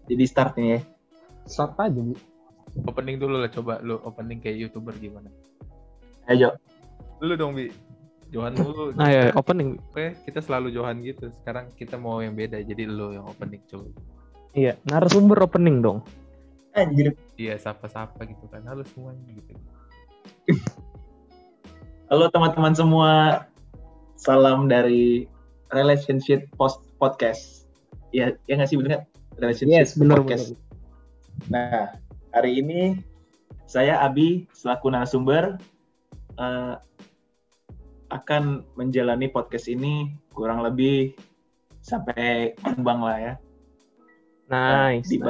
Jadi start nih ya. Start aja, Bu. Opening dulu lah, coba lu opening kayak YouTuber gimana? Ayo. Dulu dong, Bi. Johan dulu. Nah ya, opening. Oke, kita selalu Johan gitu. Sekarang kita mau yang beda, jadi lu yang opening coba. Iya, narasumber opening dong. Anjir. Iya, sapa-sapa gitu kan. Halo semuanya gitu. Halo teman-teman semua. Salam dari Relationship Podcast. Ya nggak sih, bener nggak? Relationship bener, Podcast. bener. Nah, hari ini saya Abi selaku narasumber akan menjalani podcast ini kurang lebih sampai kembang lah ya. Nice. Di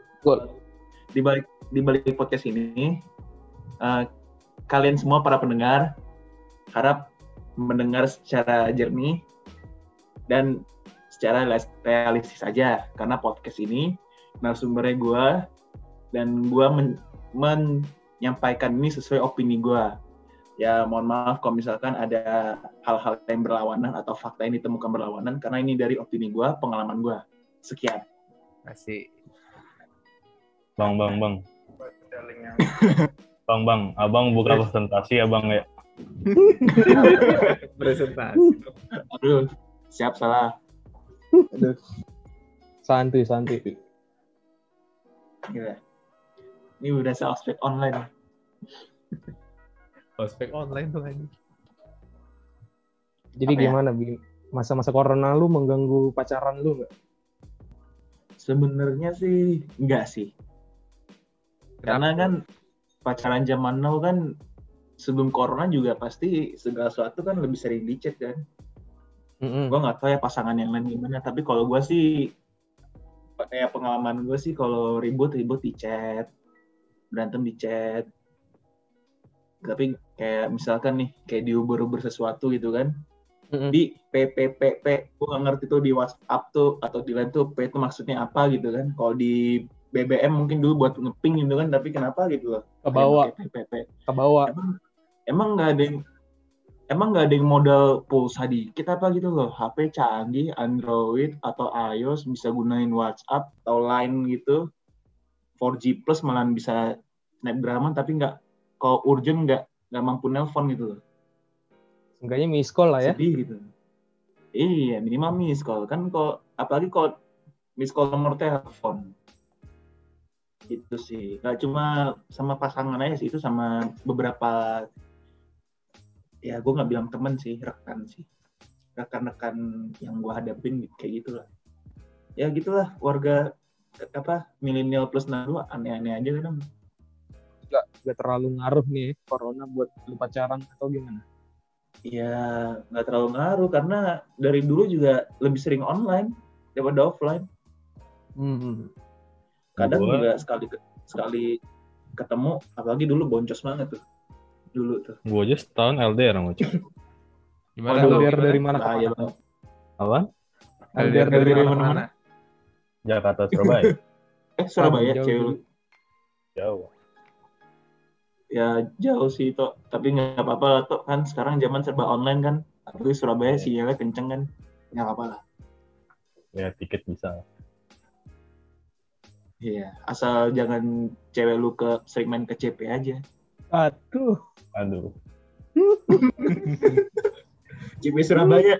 balik podcast ini, kalian semua para pendengar harap mendengar secara jernih dan secara realistis saja, karena podcast ini narasumbernya gue dan gue menyampaikan ini sesuai opini gue. Ya mohon maaf kalau misalkan ada hal-hal yang berlawanan atau fakta yang ditemukan berlawanan, karena ini dari opini gue, pengalaman gue. Sekian. Masih. Bang. Abang buka presentasi abang ya. Presentasi. Aduh, siap salah. Aduh, Santuy. gila. Ini udah ospek online. Ospek online tuh aja. Jadi Apa ya? gimana, Bi? Masa-masa corona lu mengganggu pacaran lu nggak? Sebenarnya sih enggak sih. Karena kan pacaran zaman now kan sebelum corona juga pasti segala sesuatu kan lebih sering di chat kan. Gue nggak tahu ya pasangan yang lain gimana, tapi kalau gue sih kayak pengalaman gue sih kalau ribut di chat, berantem di chat. Tapi kayak misalkan nih kayak diuber-uber sesuatu gitu kan, di PPPP, gue nggak ngerti tuh di WhatsApp tuh atau di lain tuh P itu maksudnya apa gitu kan. Kalau di BBM mungkin dulu buat ngeping gitu kan, tapi kenapa gitu loh? Kebawa. Emang nggak ada yang modal pulsa dikit apa gitu loh? HP canggih, Android atau iOS bisa gunain WhatsApp atau Line gitu. 4G plus malah bisa Snapgram, tapi nggak, kalau urgent nggak mampu nelpon gitu loh. Seenggaknya miss call lah ya. Sedih gitu. Iya, minimal miss call. Kan kalau apalagi kalau miss call nomor telepon. Itu sih. Nggak cuma sama pasangan aja sih, itu sama beberapa, ya gue nggak bilang temen sih, rekan-rekan yang gue hadapin kayak gitulah. Ya gitulah, warga milenial plus 62 aneh-aneh aja kan. Gak terlalu ngaruh nih corona buat lu pacaran atau gimana? Ya nggak terlalu ngaruh karena dari dulu juga lebih sering online daripada offline. Kadang juga sekali ketemu, apalagi dulu boncos banget tuh. Dulu tuh. Gue aja setahun LDR sama Cik. Gimana LDR dari mana ke Bahaya mana? banget. Apa? LDR dari mana? Jakarta Surabaya. Surabaya Jauh. cewek. Jauh. Ya jauh sih Tok, tapi nggak apa-apa lah Tok, kan sekarang zaman serba online kan, apalagi Surabaya sinyalnya kenceng kan, nggak apa-apa lah. Ya tiket bisa. Iya, asal jangan cewek lu sering main ke CP aja. Aduh. CP Surabaya.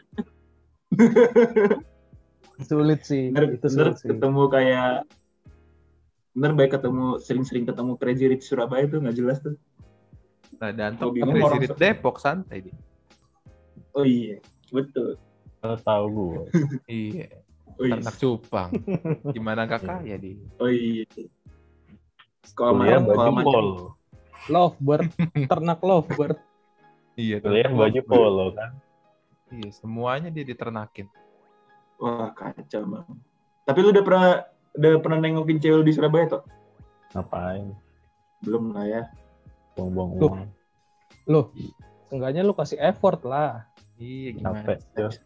Sulit sih. Bener ketemu kayak, baik ketemu, sering-sering ketemu Crazy Rich Surabaya tuh nggak jelas tuh. Nah, dan tuh bingung Crazy orang Rich Depok santai dia. Oh iya, betul. Tahu gue. Iya. Oh iya. Ternak cupang. Gimana gak kaya dia? Oh iya. Kalau Kuliah baju malam polo. Lovebird, ternak lovebird. Iya, Kuliah baju polo kan. Iya, semuanya dia diternakin. Wah kacau bang. Tapi lu udah pernah nengokin cewek di Surabaya Tok? Ngapain? Belum lah ya. Buang-buang uang. Loh, seenggaknya lu kasih effort lah. Iya, gimana? Capek.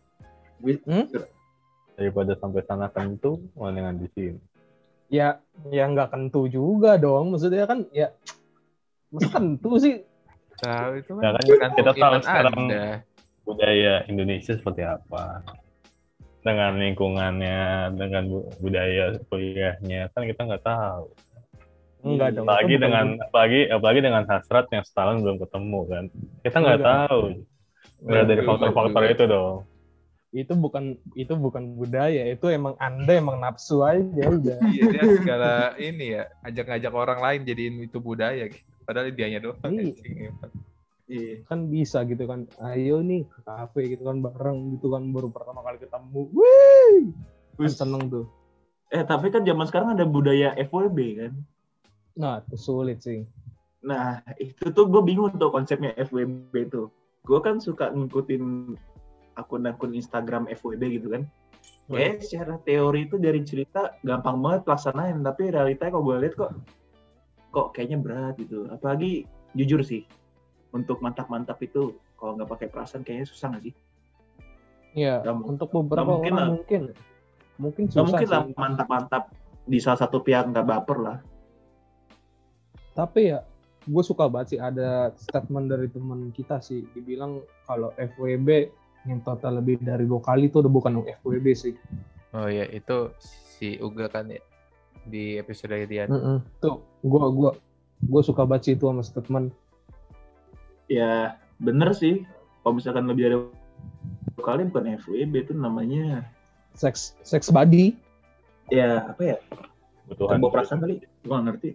Daripada sampai sana kentu, mendingan di sini. Ya nggak kentu juga dong. Maksudnya kan ya, masa kentu sih? Tahu itu Ya kan kan kita tahu iman sekarang Anda. budaya Indonesia seperti apa. dengan lingkungannya, dengan budaya kuliahnya, kan kita nggak tahu. Enggak dong. Apalagi itu bukan dengan apalagi dengan hasrat yang setahun belum ketemu kan. Kita nggak Enggak. tahu. Nggak dari Iya faktor-faktor juga. itu dong. itu bukan budaya, itu emang Anda emang nafsu aja udah. Iya, dia segala ini ya, ngajak orang lain jadiin itu budaya gitu. Padahal dianya doang. Iya. anjing. Iya. Kan bisa gitu kan, ayo nih ke kafe gitu kan bareng gitu kan, baru pertama kali ketemu, wih, kan seneng tuh. Tapi kan zaman sekarang ada budaya FWB kan. Nah itu sulit sih. Nah, itu tuh gue bingung tuh konsepnya FWB tuh. Gue kan suka ngikutin akun-akun Instagram FWB gitu kan. Secara teori itu dari cerita gampang banget pelaksanain, tapi realitanya kalau gue lihat kok kayaknya berat gitu. Apalagi jujur sih, untuk mantap-mantap itu kalau nggak pakai perasaan kayaknya susah nggak sih? Iya, untuk beberapa orang mungkin susah mungkin lah sih. mantap-mantap di salah satu pihak nggak baper lah. Tapi ya, gue suka banget sih ada statement dari teman kita sih, dibilang kalau FWB yang total lebih dari 2 kali itu udah bukan FWB sih. Oh iya, itu si Uga kan ya di episode dia. Tuh, gue suka banget sih itu sama statement. Ya bener sih, kalau misalkan lebih dari 2 kali bukan FWB, itu namanya Sex body. ya apa ya? Kebutuhan. Sebuah perasaan kali, gue nggak ngerti.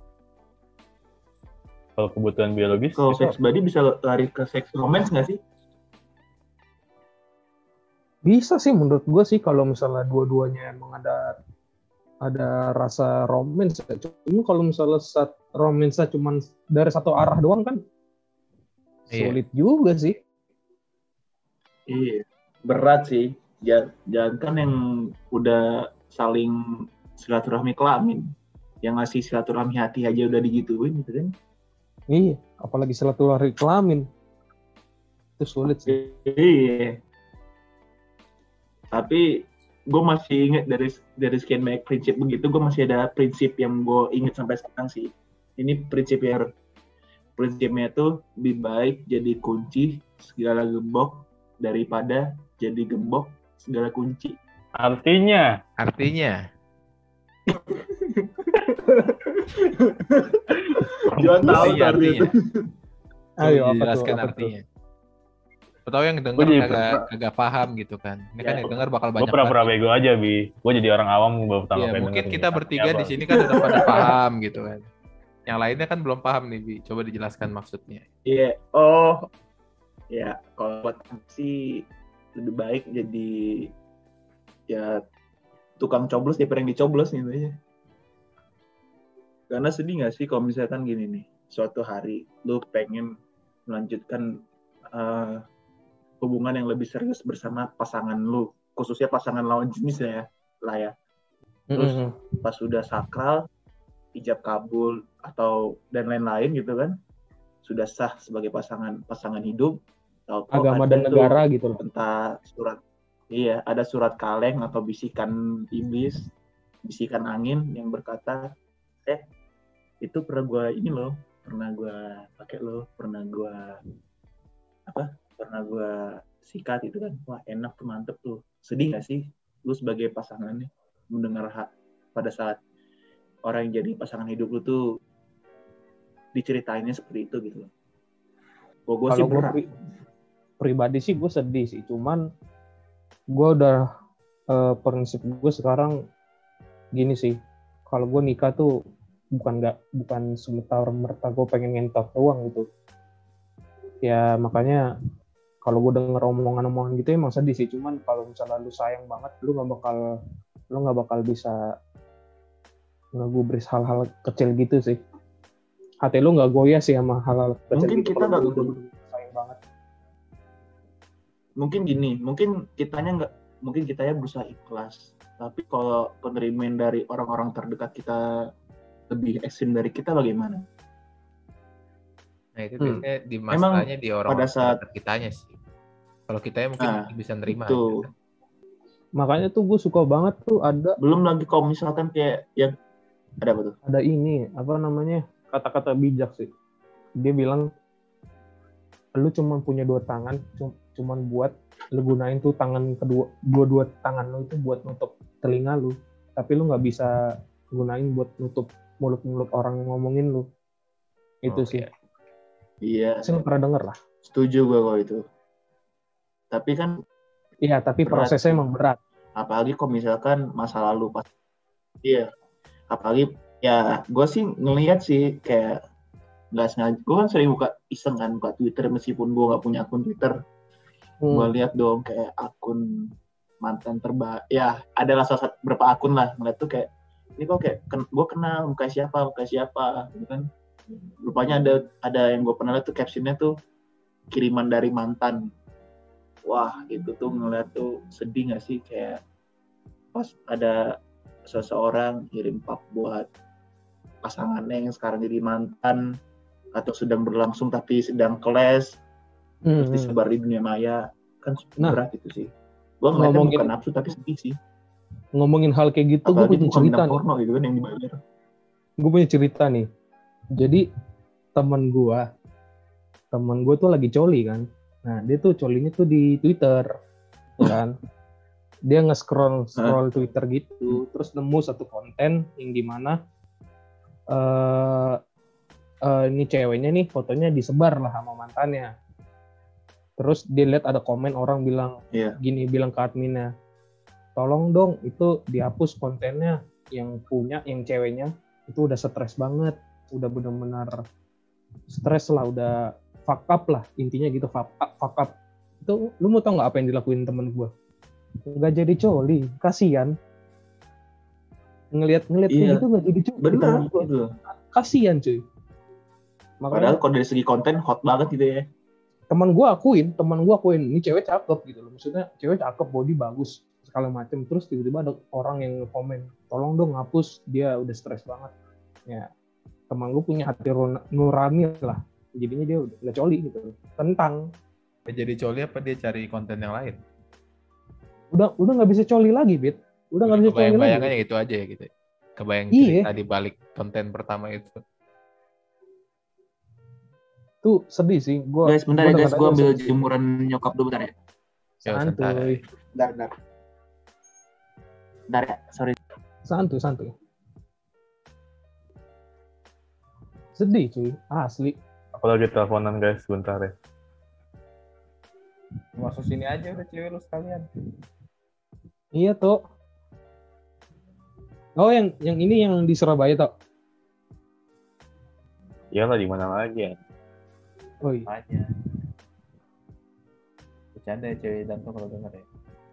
Kalau kebutuhan biologis, Kalau itu sex body bisa lari ke sex romance nggak sih? Bisa sih menurut gue sih kalau misalnya dua-duanya emang ada rasa romance. Cuma kalau misalnya romance cuma dari satu arah doang kan sulit juga sih. Iya, berat sih. Jangan kan yang udah saling silaturahmi kelamin, yang ngasih silaturahmi hati aja udah digituin gitu kan. Iya, apalagi silaturahmi kelamin. Itu sulit sih. Iya. Tapi gue masih ingat dari sekian banyak prinsip begitu, gue masih ada prinsip yang gue ingat sampai sekarang sih. Ini prinsipnya tuh lebih baik jadi kunci segala gembok daripada jadi gembok segala kunci. artinya Jangan tahu Iya, artinya. Ayo apa tuh? Jelaskan artinya. Tahu yang denger kagak paham gitu kan. Ini kan yang denger bakal banyak. Gue pura-pura bego aja, Bi. Gue jadi orang awam baru pertama kali. Mungkin kita bertiga di sini kan udah pada paham gitu kan. Yang lainnya kan belum paham nih, Bi. Coba dijelaskan maksudnya. Iya, ya kalau buat sih lebih baik jadi ya tukang coblos daripada yang dicoblos gitu aja. Karena sedih nggak sih kalau misalkan gini nih, suatu hari lu pengen melanjutkan hubungan yang lebih serius bersama pasangan lu, khususnya pasangan lawan jenis ya lah ya. Terus pas sudah sakral, ijab kabul atau dan lain-lain gitu kan, sudah sah sebagai pasangan hidup, agama dan negara gitu loh. Entah ada surat kaleng atau bisikan iblis, bisikan angin yang berkata, itu pernah gue pakai lo, pernah gue sikat itu kan, wah enak tuh, mantep tuh. Sedih nggak sih lu sebagai pasangannya mendengar pada saat orang yang jadi pasangan hidup lu tuh diceritainnya seperti itu gitu loh. Gue sih berat. Pribadi sih gue sedih sih, cuman gue udah prinsip gue sekarang gini sih, kalau gue nikah tuh bukan semerta-merta gue pengen ngentot doang gitu. Ya makanya kalau gue denger omongan-omongan gitu emang sedih sih, cuman kalau misalnya lu sayang banget, lu nggak bakal bisa ngegubris hal-hal kecil gitu sih. Hati lu nggak goyah sih sama hal-hal kecil. Mungkin gitu, kita nggak sayang banget. Mungkin gini, mungkin kitanya berusaha ikhlas, tapi kalau penerimaan dari orang-orang terdekat kita lebih ekstrim dari kita bagaimana? Nah itu biasanya di masalahnya di orang terdekat kitanya sih. Kalau kitanya mungkin bisa nerima. Itu. Aja. Makanya tuh gue suka banget tuh ada. Belum lagi kalau misalkan kayak yang ada apa tuh? Ada ini apa namanya, kata-kata bijak sih. Dia bilang lu cuma punya 2 tangan, cuman buat lu gunain tuh tangan dua tangan lu itu buat nutup telinga lu, tapi lu nggak bisa gunain buat nutup mulut orang yang ngomongin lu. Itu sih. Iya. Saya pernah denger lah. Setuju gue kalau itu. Tapi kan. Iya, tapi prosesnya emang berat. Apalagi kalau misalkan masa lalu pas. Iya. Apalagi ya gue sih ngelihat sih kayak nggak sengaja. Gue kan sering iseng kan buka Twitter meskipun gue nggak punya akun Twitter. Gue lihat dong kayak akun mantan terbaik. Ya ada salah satu berapa akun lah ngeliat tuh kayak ini kok kayak gue kenal muka siapa gitu kan. Rupanya ada yang gue pernah lihat tuh captionnya tuh kiriman dari mantan. Wah itu tuh ngeliat tuh sedih nggak sih kayak pas ada seseorang kirim pap buat pasangannya yang sekarang jadi mantan atau sedang berlangsung tapi sedang kelas terus disebar di dunia maya kan berat itu sih. Gue ngeliatnya bukan nafsu tapi sedih sih. Ngomongin hal kayak gitu, gue punya cerita nih. Porno gitu kan yang dibayar. Gue punya cerita nih. Jadi teman gue tuh lagi coli kan. Nah dia tuh colinya tuh di Twitter, kan? Dia nge-scroll Twitter gitu, terus nemu satu konten yang dimana ini ceweknya nih fotonya disebar lah sama mantannya. Terus dia lihat ada komen orang bilang gini, bilang ke adminnya, tolong dong itu dihapus kontennya, yang ceweknya itu udah stres banget. Udah benar-benar stres lah, udah fuck up lah, intinya gitu, fuck up. Itu lu mau tau nggak apa yang dilakuin temen gue? Nggak jadi coli, kasian. Ngelihat kayak gitu nggak jadi coli. Benar gitu. Kasian cuy. Padahal kalau dari segi konten hot banget gitu ya. Teman gue akuin, ini cewek cakep gitu loh. Maksudnya cewek cakep, body bagus, segala macem. Terus tiba-tiba ada orang yang komen, tolong dong hapus, dia udah stres banget. Ya. Teman gue punya hati nurani lah, jadinya dia udah nggak coli gitu. Tentang jadi coli apa dia cari konten yang lain? Udah nggak bisa coli lagi, Bit. Udah nggak bisa coli lagi. Bayangannya gitu aja ya gitu. Kebayang cerita di balik konten pertama itu. Tuh sedih sih. Guys, bentar ya guys, gue ambil jemuran nyokap dulu bentar ya. Santuy. Bentar ya, sorry. Santuy. Sedih cuy, asli. Aku lagi teleponan guys, bentar ya. Masuk sini aja udah cewek lu sekalian. Iya tuh. Oh yang ini yang di Surabaya tuh. Iyalah di mana lagi ya? Oh iya. Aja. Bercanda ya cewek dan tuh kalau denger ya.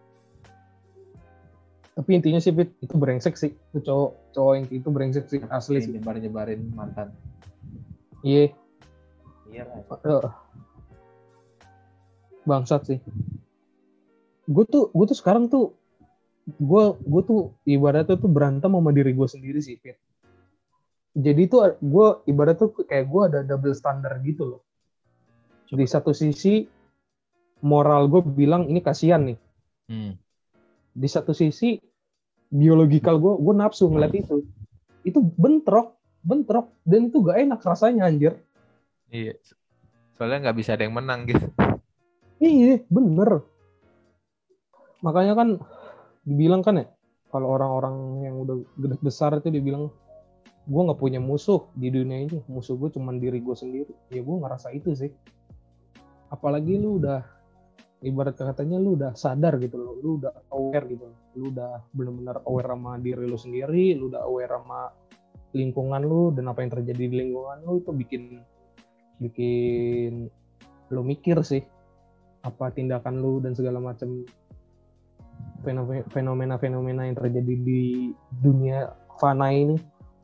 Tapi intinya sih Bit, itu brengsek sih. Itu cowok yang itu brengsek sih, asli sih. Nyebarin mantan. Iya. Iyalah. Bangsat sih. Gue tuh sekarang tuh gue tuh ibaratnya tuh berantem sama diri gue sendiri sih, Fit. Jadi tuh gue ibaratnya tuh kayak gue ada double standar gitu loh. Di satu sisi moral gue bilang ini kasihan nih. Di satu sisi biologikal gue nafsu ngeliat itu. Itu bentrok dan itu gak enak rasanya anjir. Iya, soalnya nggak bisa ada yang menang gitu. Iya bener, makanya kan dibilang kan ya, kalau orang-orang yang udah gede besar itu dibilang gue nggak punya musuh di dunia ini, musuh gue cuma diri gue sendiri. Ya gue ngerasa itu sih, apalagi lu udah ibarat katanya lu udah sadar gitu loh, lu udah aware gitu, lu udah benar-benar aware sama diri lu sendiri, lu udah aware sama lingkungan lu dan apa yang terjadi di lingkungan lu, itu bikin lu mikir sih apa tindakan lu dan segala macam fenomena-fenomena yang terjadi di dunia fana ini.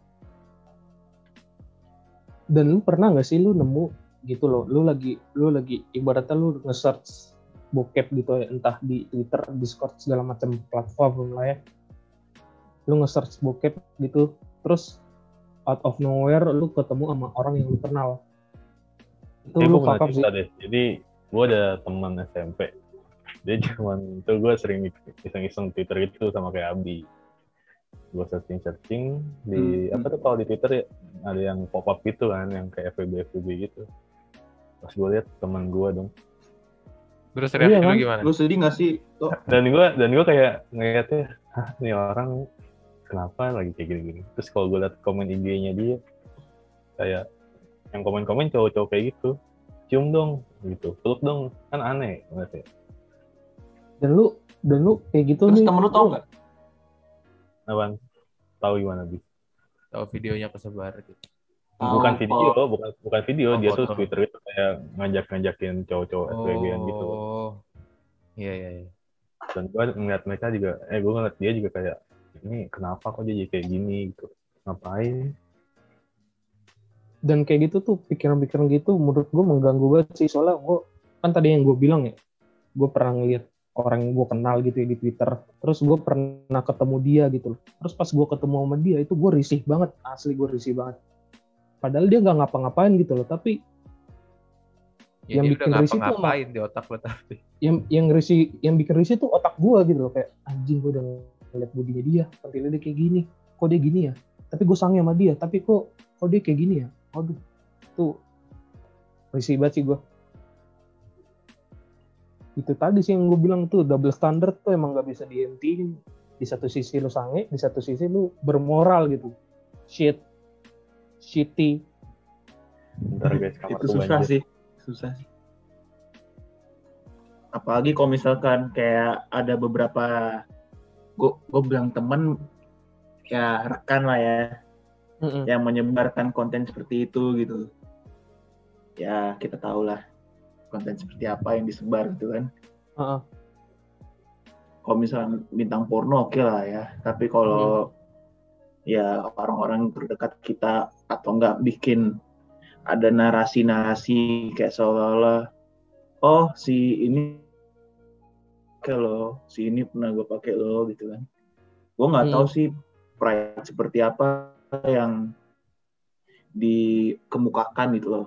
Dan lu pernah nggak sih lu nemu gitu loh, lu lagi ibaratnya lu nge-search bokep gitu ya, entah di Twitter, Discord, segala macam platform lah ya, lu nge-search bokep gitu, terus out of nowhere lu ketemu sama orang yang lu kenal. Itu lu pernah cerita deh. Jadi gue ada teman SMP, dia cuman itu gue sering iseng-iseng Twitter gitu sama kayak Abi. Gue searching di apa tuh kalau di Twitter ya ada yang pop up gitu kan, yang kayak FWB gitu. Pas gue lihat teman gue dong. Terus reaksi lu gimana? Lu sedih nggak sih? Dan gue kayak ngeliatnya, nih orang kenapa lagi kayak gini-gini. Terus kalau gue liat komen IG-nya dia, kayak yang komen-komen cowok-cowok kayak gitu, cium dong gitu, peluk dong, kan aneh ngeliatnya. Dan lu kayak gitu. Terus temen lu tau nggak? Apaan? Tahu gimana Bi? Tahu videonya kesebar gitu. Bukan video, dia foto. tuh Twitter itu kayak ngajakin cowok-cowok FWB-an gitu. Oh, iya. Dan gue ngeliat mereka juga, gue ngeliat dia juga kayak, ini kenapa kok dia jadi kayak gini gitu, ngapain? Dan kayak gitu tuh, pikiran-pikiran gitu menurut gue mengganggu banget sih, soalnya gue, kan tadi yang gue bilang ya, gue pernah ngeliat orang yang gue kenal gitu ya di Twitter, terus gue pernah ketemu dia gitu, terus pas gue ketemu sama dia itu gue risih banget, asli gue risih banget. Padahal dia nggak ngapa-ngapain gitu loh, tapi ya, yang bikin risih tuh ngapain di otak lo tapi. Yang bikin risih tuh otak gue gitu loh, kayak anjing gue udah ngeliat bodinya dia, pentilnya dia kayak gini, kok dia gini ya? Tapi gue sange sama dia, tapi kok dia kayak gini ya? Aduh, tuh risih banget sih gue. Itu tadi sih yang gue bilang tuh, double standard tuh emang gak bisa dihentiin. Di satu sisi lu sange, di satu sisi lu bermoral gitu. Shitty. Bentar guys, itu susah sih. Apalagi kalau misalkan kayak ada beberapa, gue bilang temen, ya rekan lah ya, yang menyebarkan konten seperti itu gitu. Ya kita tahu lah konten seperti apa yang disebar gitu kan. Kalau misalnya bintang porno oke lah ya, tapi kalau ya orang-orang terdekat kita atau enggak bikin ada narasi kayak seolah-olah si ini pakai lo, si ini pernah gue pakai lo gitu kan. Gue nggak tahu sih pride seperti apa yang dikemukakan gitu loh.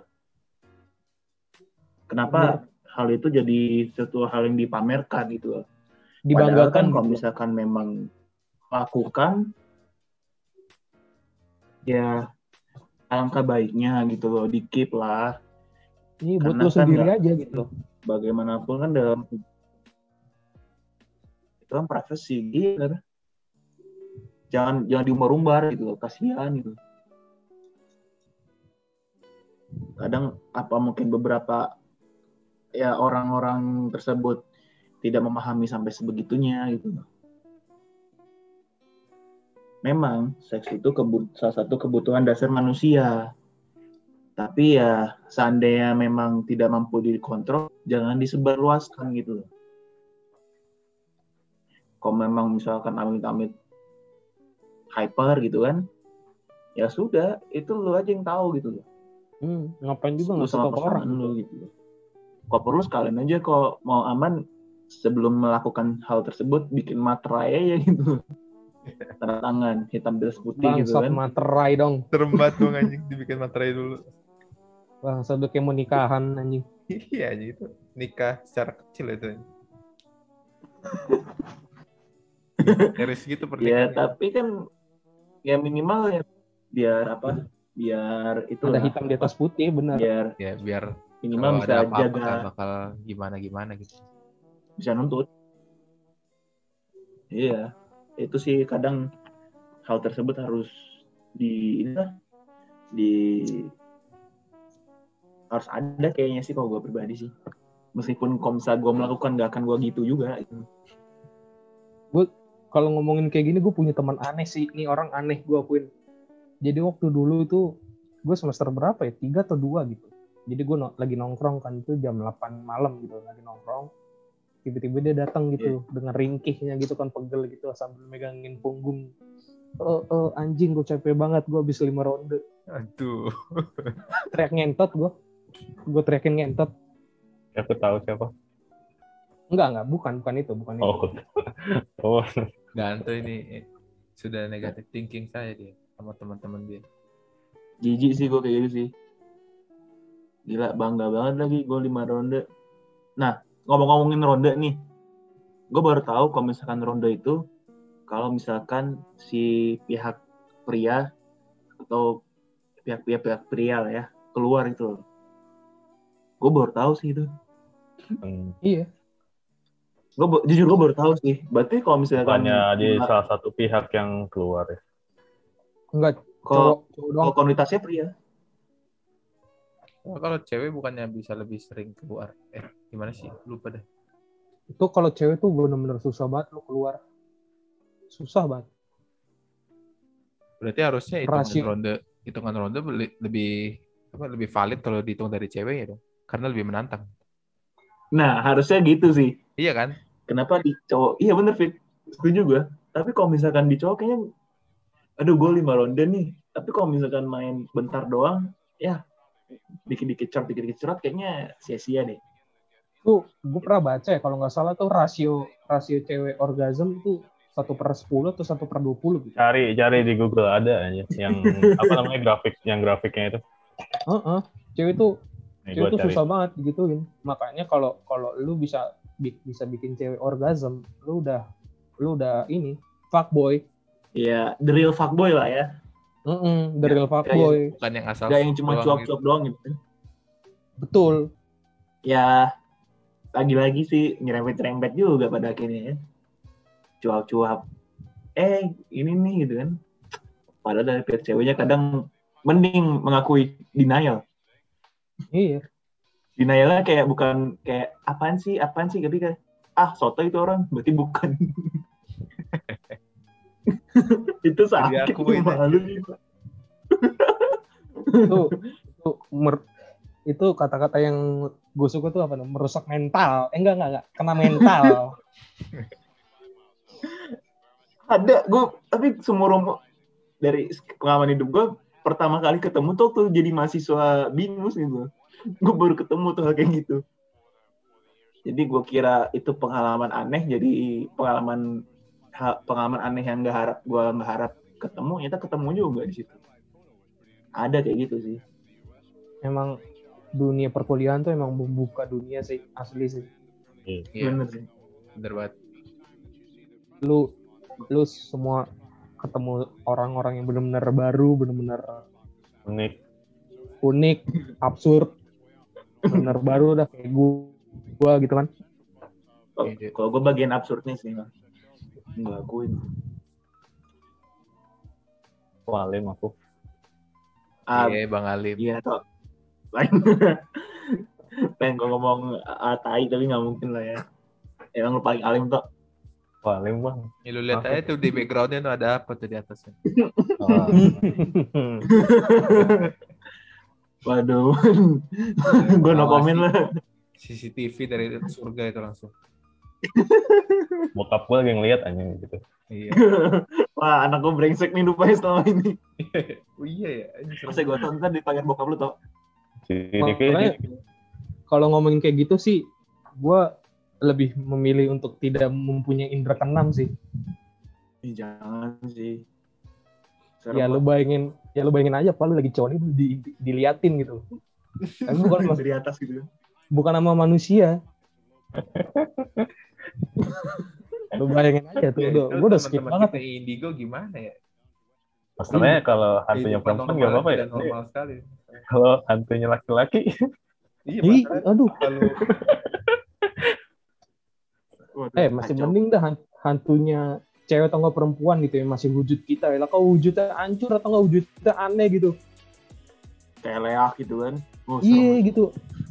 Kenapa hal itu jadi suatu hal yang dipamerkan gitu loh. Padahal kan kalau misalkan memang lakukan, ya alangkah baiknya gitu loh, di-keep lah. Ini buat lo sendiri aja gitu. Bagaimanapun kan dalam itu kan privacy gitu. Jangan diumbar-umbar gitu loh, kasihan gitu. Kadang apa mungkin beberapa ya orang-orang tersebut tidak memahami sampai sebegitunya gitu. Memang seks itu salah satu kebutuhan dasar manusia. Tapi ya seandainya memang tidak mampu dikontrol, jangan disebarluaskan gitu loh. Kalau memang misalkan amit-amit hyper gitu kan, ya sudah, itu lu aja yang tahu gitu loh. Ngapain juga nggak sama orang lu gitu. Kalau perlu sekalian aja kalau mau aman sebelum melakukan hal tersebut bikin materai aja gitu. Tanda tangan hitam di atas putih gitu kan. Materai dong. Serembat dong anjing dibikin materai dulu. Bangsa udah kayak mau nikahan anjing. Iya anjing itu nikah secara kecil itu. Harus gitu pernikahan. Ya tapi kan ya minimal ya biar apa? Biar itu ada hitam di atas putih benar. Biar minimal bisa ada jaga. Bakal gimana gitu. Bisa nuntut. Iya, itu sih kadang hal tersebut harus harus ada kayaknya sih kalau gue pribadi sih. Meskipun kalau misalnya gue melakukan gak akan gue gitu juga. Gue kalau ngomongin kayak gini gue punya teman aneh sih. Ini orang aneh gue akuin. Jadi waktu dulu itu gue semester berapa ya? 3 atau 2 gitu. Jadi gue lagi nongkrong kan itu jam 8 malam gitu lagi nongkrong. Tiba-tiba dia datang gitu dengan ringkihnya gitu kan, pegel gitu sambil megangin punggung. Anjing gue capek banget, gue habis 5 ronde. Aduh. Teriak ngentot gue teriakin ngentot. Aku tahu siapa. Enggak, bukan itu. Oh. Dan tuh ini sudah negatif thinking saya dia sama teman-teman dia. Jijik sih gue kayak gitu sih. Gila, bangga banget lagi gue 5 ronde. Nah, ngomong-ngomongin ronde nih, gue baru tahu kalau misalkan ronde itu kalau misalkan si pihak pria atau pihak pria lah ya keluar itu loh. Gue baru tahu sih itu. Iya. Jujur gue baru tahu sih. Berarti kalau misalnya hanya di salah satu pihak yang keluar ya. Enggak, kalau komunitasnya pria. Kalau cewek bukannya bisa lebih sering keluar? Gimana sih? Lupa deh. Itu kalau cewek tuh benar-benar susah banget lo keluar. Susah banget. Berarti harusnya hitungan ronde lebih valid kalau dihitung dari cewek ya dong. Karena lebih menantang. Nah, harusnya gitu sih. Iya kan? Kenapa di cowok? Iya bener, Fit. Setuju gue. Tapi kalau misalkan di cowok kayaknya aduh gue 5 ronde nih. Tapi kalau misalkan main bentar doang, ya dikit-dikit cerot kayaknya sia-sia deh. Tuh, gue pernah baca ya, kalau nggak salah tuh rasio cewek orgasm tuh 1/10 atau 1/20 gitu. Cari di Google ada aja yang apa namanya grafiknya itu. Cewek tuh susah banget digituin. Makanya kalau lu bisa bikin cewek orgasm, lu udah ini fuckboy. Iya, the real fuckboy lah ya. The real fuckboy. Bukan yang asal. Gak yang cuma cuap-cuap doang gitu. Betul. Ya, lagi-lagi sih nyerempet-nyerempet juga pada akhirnya ya. Cuap-cuap. Ini nih gitu kan. Padahal dari pihak ceweknya kadang mending mengakui denial. Iya. Denialnya kayak bukan kayak apaan sih, tapi kayak soto itu orang, berarti bukan. Itu sakit malu gitu. Itu kata-kata yang gue suka tuh apa? Merusak mental. Enggak. Kena mental. Ada, gue tapi seumur dari pengalaman hidup gue pertama kali ketemu tuh jadi mahasiswa BINUS gitu. Gue baru ketemu tuh hal kayak gitu. Jadi gue kira itu pengalaman aneh, jadi pengalaman aneh yang gue nggak harap ketemu, ternyata ketemu juga di situ. Ada kayak gitu sih. Emang dunia perkuliahan tuh emang membuka dunia sih, asli sih. Iya. Bener sih. Bener banget. Lu semua ketemu orang-orang yang benar-benar baru, benar-benar unik, absurd, benar baru udah kayak gua gitu kan. Kalau gue bagian absurdnya sih, ngelakuin. Alim aku. Iya, Bang Alim. Iya toh. Pengen gue ngomong tai tapi nggak mungkin lah ya. Emang lu paling alim toh. Alim bang. Ya, lu lihat aja tuh di backgroundnya tuh ada apa tuh di atasnya. Waduh. Gue no komen lah. CCTV dari surga itu langsung. Bokap gue lagi ngeliat aja gitu. Iya. Wah, anak gue brengsek nih rupanya selama ini. Oh iya ya. Masa gue tonton dipanggil bokap lu toh. Kalau ngomongin kayak gitu sih, gue lebih memilih untuk tidak mempunyai indera keenam sih. Jangan sih. Ya lu bayangin aja, Pak, lu lagi cowok ini diliatin gitu. Tapi bukan dari atas gitu. Bukan sama manusia. Lu bayangin aja tuh, gue udah skip banget. Indigo gimana ya? Masalahnya kalau hantunya perempuan nggak apa-apa ya. Normal sekali. Kalau hantunya laki-laki, aduh. Masih mending dah hantunya cewek atau nggak perempuan gitu ya, masih wujud kita ya. Lah kalau wujudnya hancur atau nggak wujudnya aneh gitu. Kayak leak gitu kan. Iya gitu.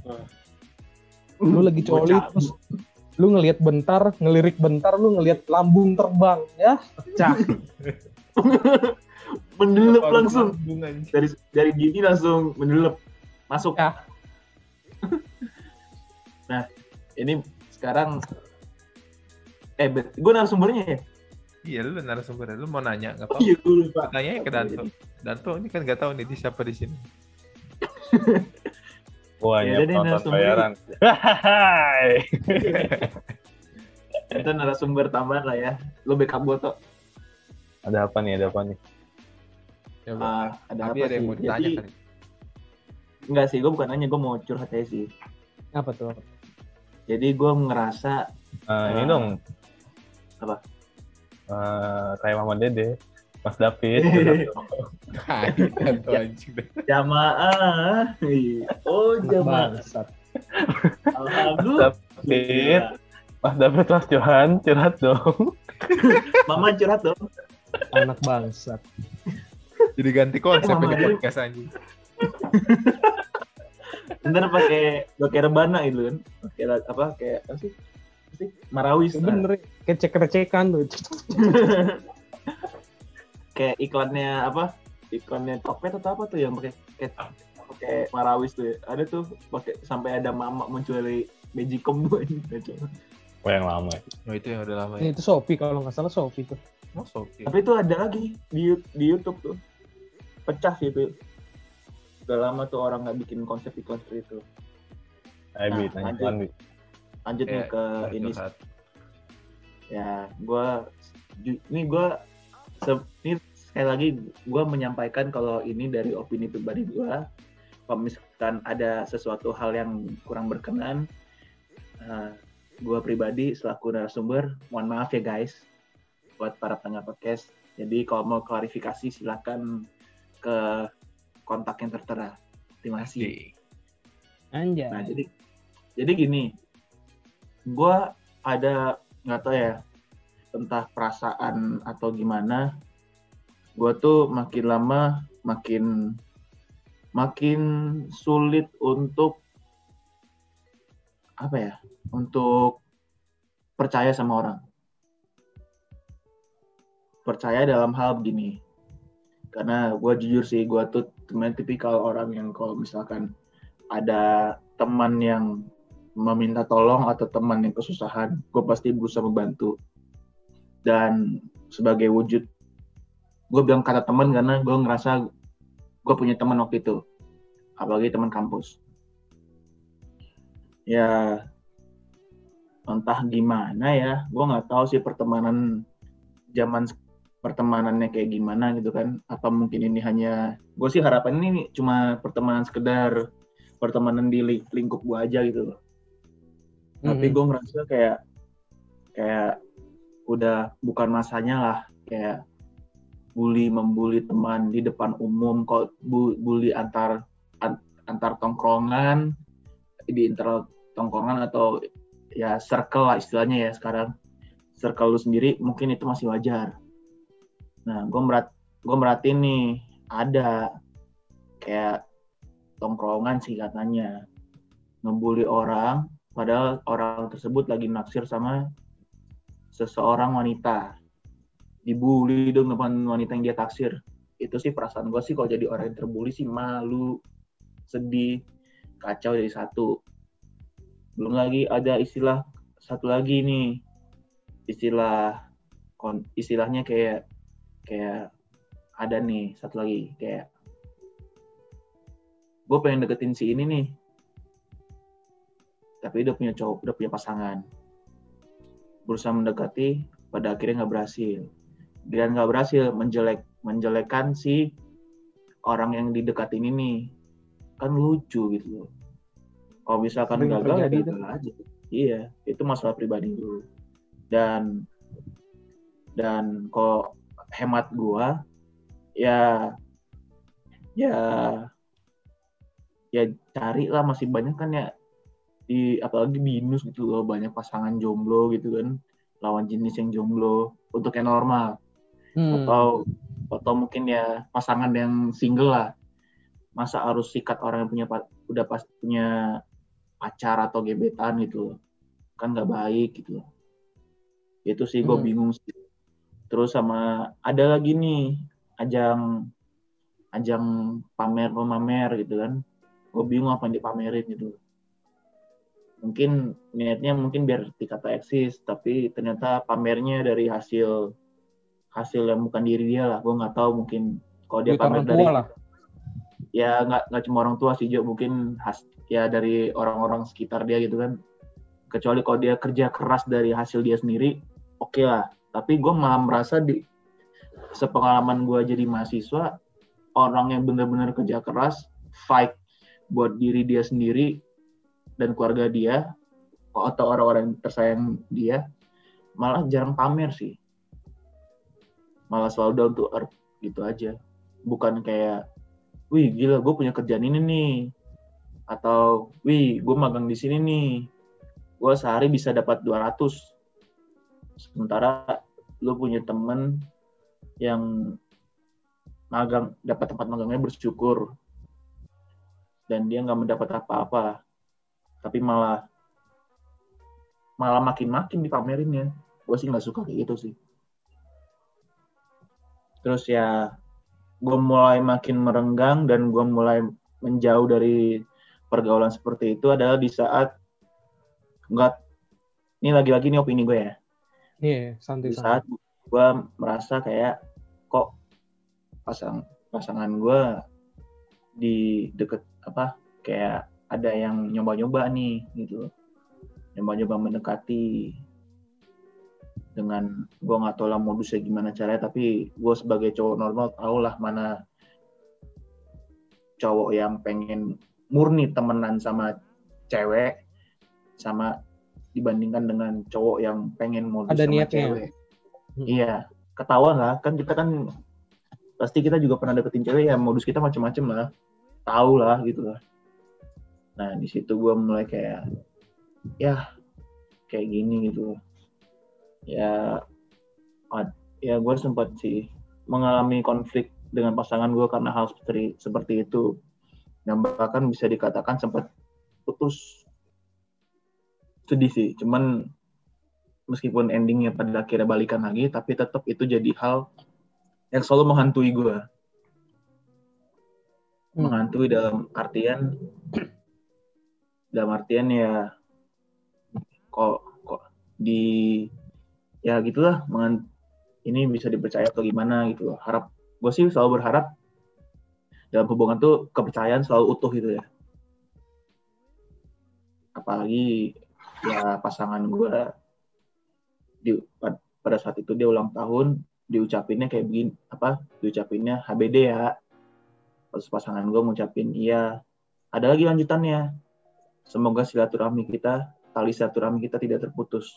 Lu lagi coli terus lu ngelihat bentar, ngelirik bentar, lu ngelihat lambung terbang, ya pecah. Mendelep langsung. Dari gini langsung mendelep. Masuk. Ya. Nah, ini sekarang gue narasumbernya ya? Iya, lu narasumbernya. Lu mau nanya, nggak apa-apa. Iya, gue lupa. Tanya ke Danto. Danto ini kan nggak tahu nih di siapa di sini. Wah, ya penonton bayaran. Hai. Itu narasumber tambahan lah ya. Lu backup gue toh. Ada apa nih? Ya, ada apa sih? Ada yang mau ditanya kali. Enggak sih, gue bukan nanya, gue mau curhat aja sih. Apa tuh? Jadi gue ngerasa ini dong. Apa? Kayak Mama Dede, Mas David. Jamaah. Oh, jamaah. Alhamdulillah. Pas dapet Mas Johan, curhat dong. Mama curhat dong. Anak bangsat. Jadi ganti konsep ini podcast anjing. Ntar pakai rebana itu kan. Pakai apa sih? Marawis. Bener, kecek-kecekan tuh. Kayak iklannya apa? Iklannya Tokped atau apa tuh yang pakai marawis tuh. Ada tuh pakai sampai ada mama mencuri Magicom tuh ini. Oh yang lama. Oh itu yang udah lama ya. Itu Shopee kalau nggak salah Shopee tuh. Oh Shopee. Tapi itu ada lagi di YouTube tuh. Pecah sih itu. Udah lama tuh orang nggak bikin konsep iklan seperti itu. Lanjut nih ke ini. Ya, ini sekali lagi gue menyampaikan kalau ini dari opini pribadi gue. Kalau misalkan ada sesuatu hal yang kurang berkenan, gue pribadi selaku narasumber, mohon maaf ya guys, buat para pendengar podcast. Jadi kalau mau klarifikasi silakan ke kontak yang tertera. Terima kasih. Anjay. Nah jadi gini, gue ada nggak tahu ya, entah perasaan atau gimana, gue tuh makin lama makin sulit untuk untuk percaya sama orang. Percaya dalam hal begini. Karena gue jujur sih, gue tuh tipikal orang yang kalau misalkan ada teman yang meminta tolong atau teman yang kesusahan, gue pasti berusaha membantu. Dan sebagai wujud, gue bilang kata teman karena gue ngerasa gue punya teman waktu itu, apalagi teman kampus. Ya, entah gimana ya, gue nggak tahu sih pertemanannya kayak gimana gitu kan. Apa mungkin ini hanya, gue sih harapan ini cuma pertemanan sekedar pertemanan di lingkup gue aja gitu loh. Tapi gue ngerasa kayak udah bukan masanya lah, kayak membuli teman di depan umum, kok bully antar tongkrongan, di internal tongkrongan atau ya circle lah istilahnya ya sekarang. Circle lu sendiri mungkin itu masih wajar. Nah, gue merhatiin nih, ada kayak tongkrongan sih katanya ngebully orang, padahal orang tersebut lagi naksir sama seseorang wanita. Dibully dong depan wanita yang dia taksir. Itu sih perasaan gue sih, kalau jadi orang yang terbully sih malu, sedih, kacau dari satu. Belum lagi ada satu lagi nih, istilahnya kayak ada nih satu lagi, kayak gue pengen deketin si ini nih, tapi udah punya pasangan, berusaha mendekati, pada akhirnya nggak berhasil. Dan nggak berhasil, menjelekkan si orang yang didekatin ini, kan lucu gitu. Kalau misalkan gagal ya gagal aja. Iya, itu masalah pribadi dulu. Dan kok hemat gua ya cari lah, masih banyak kan ya, apalagi di Inus gitu loh, banyak pasangan jomblo gitu kan, lawan jenis yang jomblo untuk yang normal. Atau mungkin ya pasangan yang single lah. Masa harus sikat orang yang udah pas punya pacar atau gebetan gitu, kan nggak baik gitu. Itu sih gue bingung sih. Terus sama ada lagi nih ajang pamer gitu kan, gue bingung apa yang dipamerin gitu. Mungkin niatnya biar dikata eksis, tapi ternyata pamernya dari hasil yang bukan diri dia lah. Gue nggak tahu, mungkin kalau dia pamer dari lah. Ya nggak cuma orang tua sih, juga mungkin ya dari orang-orang sekitar dia gitu kan. Kecuali kalau dia kerja keras dari hasil dia sendiri, oke lah. Tapi gue malah merasa sepengalaman gue jadi mahasiswa, orang yang benar-benar kerja keras, fight buat diri dia sendiri dan keluarga dia atau orang-orang tersayang dia, malah jarang pamer sih. Malah selalu down to earth gitu aja. Bukan kayak, wih gila gue punya kerjaan ini nih, Atau, wih, gue magang di sini nih, gue sehari bisa dapat 200. Sementara lu punya temen yang magang, dapat tempat magangnya bersyukur, dan dia nggak mendapat apa-apa, tapi malah makin dipamerinnya. Gue sih nggak suka kayak gitu sih. Terus ya, gue mulai makin merenggang dan gue mulai menjauh dari pergaulan seperti itu adalah di saat ini lagi-lagi ini opini gue ya. Iya, santai. Di saat gue merasa kayak kok pasangan gue di deket kayak ada yang nyoba-nyoba nih gitu, nyoba-nyoba mendekati dengan gue nggak tahu lah modusnya gimana caranya, tapi gue sebagai cowok normal tau lah mana cowok yang pengen murni temenan sama cewek sama dibandingkan dengan cowok yang pengen modus ada sama niatnya. Cewek. Iya, ketahuan lah kan, kita kan pasti kita juga pernah deketin cewek ya, modus kita macam-macam lah, tahu lah gitu lah. Nah di situ gue mulai kayak kayak gini gitu ya gue sempat sih mengalami konflik dengan pasangan gue karena hal seperti itu, dan bahkan bisa dikatakan sempat putus. Sedih sih, cuman meskipun endingnya pada akhirnya balikan lagi, tapi tetap itu jadi hal yang selalu menghantui gue. Menghantui dalam artian ya kok ya gitulah, ini bisa dipercaya atau gimana gitu loh. Gue sih selalu berharap dalam hubungan tuh kepercayaan selalu utuh gitu ya. Apalagi ya pasangan gue pada saat itu dia ulang tahun, diucapinnya kayak begini, diucapinnya HBD ya. Terus pasangan gue ngucapin iya. Ada lagi lanjutannya. Semoga tali silaturahmi kita tidak terputus.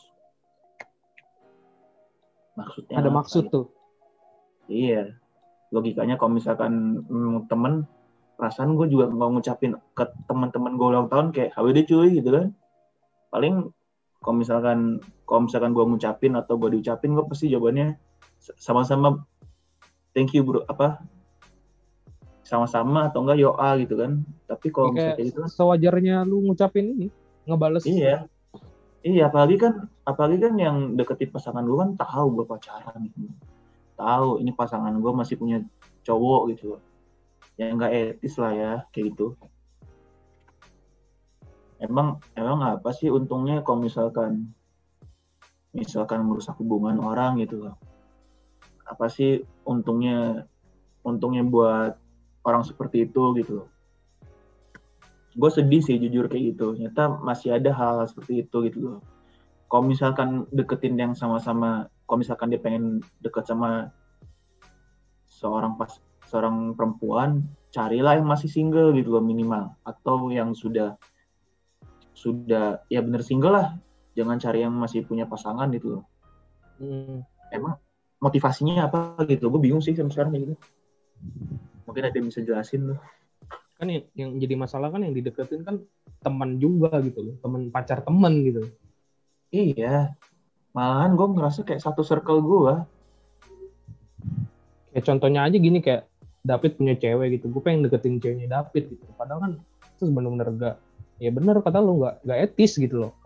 Maksudnya ada maksud tuh. Iya. Logikanya kalau misalkan temen, perasaan gue juga mau ngucapin ke teman-teman gue ulang tahun kayak HBD cuy gitu kan. Paling kalau misalkan gue ngucapin atau gue diucapin, gue pasti jawabannya sama-sama thank you bro, sama-sama atau enggak yoa gitu kan. Tapi kalau misalnya kayak gitu kan sewajarnya lu ngucapin ini, ngebales. Iya, apalagi kan yang deketin pasangan gue kan tahu gue pacaran gitu. Tahu ini pasangan gue masih punya cowok gitu. Ya nggak etis lah ya kayak gitu. Emang apa sih untungnya kalau misalkan merusak hubungan orang gitu loh. Apa sih untungnya buat orang seperti itu gitu loh. Gue sedih sih jujur kayak gitu. Ternyata masih ada hal seperti itu gitu loh. Kalau misalkan deketin yang sama-sama, kalau misalkan dia pengen deket sama seorang perempuan, carilah yang masih single gitu loh minimal, atau yang sudah ya bener single lah. Jangan cari yang masih punya pasangan gitu loh. Emang motivasinya apa gitu? Gue bingung sih sampai sekarang gitu. Mungkin ada yang bisa jelasin loh. Kan yang jadi masalah kan yang dideketin kan teman juga gitu loh, teman pacar teman gitu. Iya, malahan gue ngerasa kayak satu circle gue. Kayak contohnya aja gini, kayak David punya cewek gitu, gue pengen deketin ceweknya David gitu, padahal kan itu bener-bener gak, ya bener kata lu gak etis gitu loh,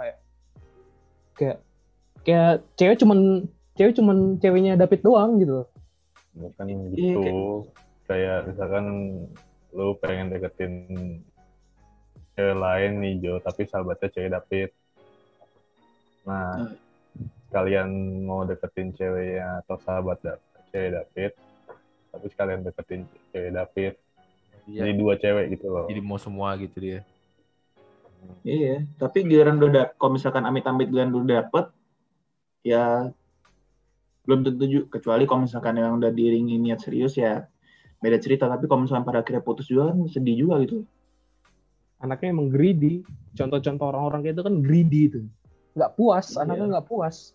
kayak cewek cuman ceweknya David doang gitu loh. Bukan gitu, kayak misalkan lu pengen deketin cewek lain nih Jo, tapi sahabatnya cewek David. Nah, kalian mau deketin ceweknya atau sahabat cewek David, tapi sekalian deketin cewek David. Iya. Jadi dua cewek gitu loh. Jadi mau semua gitu dia. Iya, tapi giliran kalau misalkan amit-amit giliran udah dapet, ya belum tentu, kecuali kalau misalkan yang udah diiringi niat serius ya beda cerita. Tapi kalau misalkan pada akhirnya putus juga kan sedih juga gitu. Anaknya emang greedy. Contoh-contoh orang-orang kayak itu kan greedy itu. Nggak puas, anaknya nggak puas.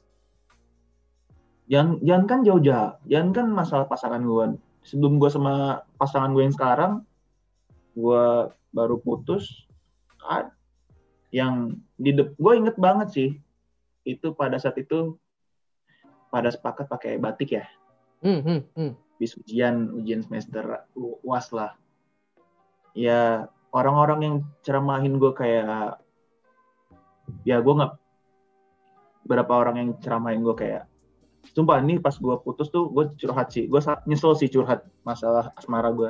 Jangan kan jauh-jauh. Jangan kan masalah pasangan gue. Sebelum gue sama pasangan gue yang sekarang, gue baru putus. yang gue inget banget sih itu pada saat itu pada sepakat pakai batik ya. Bis ujian semester UAS lah. Ya orang-orang yang ceramahin gue kayak, ya gue nggak, berapa orang yang ceramahin gue kayak, sumpah nih pas gue putus tuh gue curhat sih, gue nyesel sih curhat masalah asmara gue.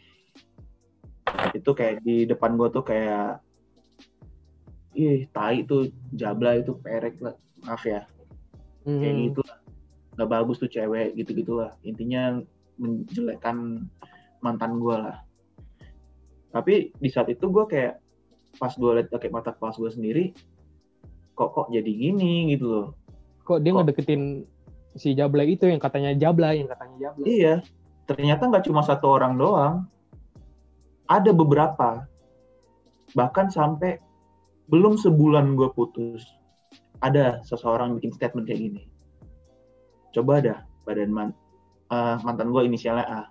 Itu kayak di depan gue tuh kayak, ih tai tuh jabla itu perek lah, maaf ya, kayak gitu lah, nggak bagus tuh cewek gitu-gitulah, intinya menjelekkan mantan gue lah. Tapi di saat itu gue kayak pas gue liat pakai mata kepala gue sendiri, kok jadi gini gitu loh. Kok dia ngedeketin si Jabla itu yang katanya Jabla. Iya, ternyata nggak cuma satu orang doang, ada beberapa. Bahkan sampai belum sebulan gue putus, ada seseorang bikin statement kayak gini. Coba dah mantan gue inisialnya A.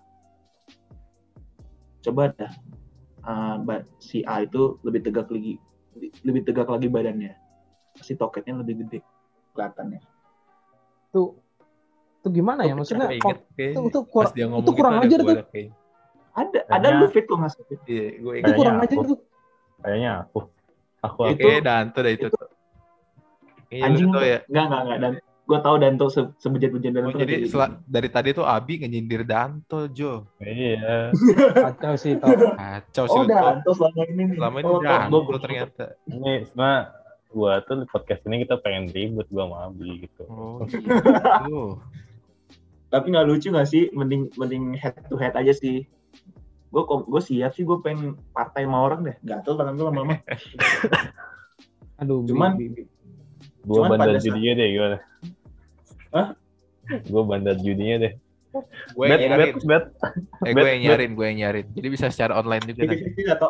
Coba dah si A itu lebih tegak lagi badannya, pasti toketnya lebih gede kelihatannya. Tuh gimana ya, maksudnya itu kurang gitu ajar tuh. Ada lu fit kok nggak fit? Iya, gue itu kurang ajar tuh. Kayaknya aku itu Danto dah itu. Anjing tuh ya. Enggak dan gue tahu Danto sebejat-bejat Danto. Jadi dari tadi tuh Abi ngenyindir Danto, Jo. Iya. Kacau sih toh. Kacau sih. Oh, Danto selama ini Danto ternyata. Ini sebenarnya gua tuh podcast ini kita pengen ribut gua sama Abi gitu. Oh gitu. Tapi nggak lucu nggak sih? Mending head to head aja sih. Gue siap sih, gue pengen partai sama orang deh. Gatel tangan gue lama-lama. Aduh, gue bandar judinya deh gimana? Hah? Gue bandar judinya deh. Gue yang nyarin. Jadi bisa secara online juga nanti.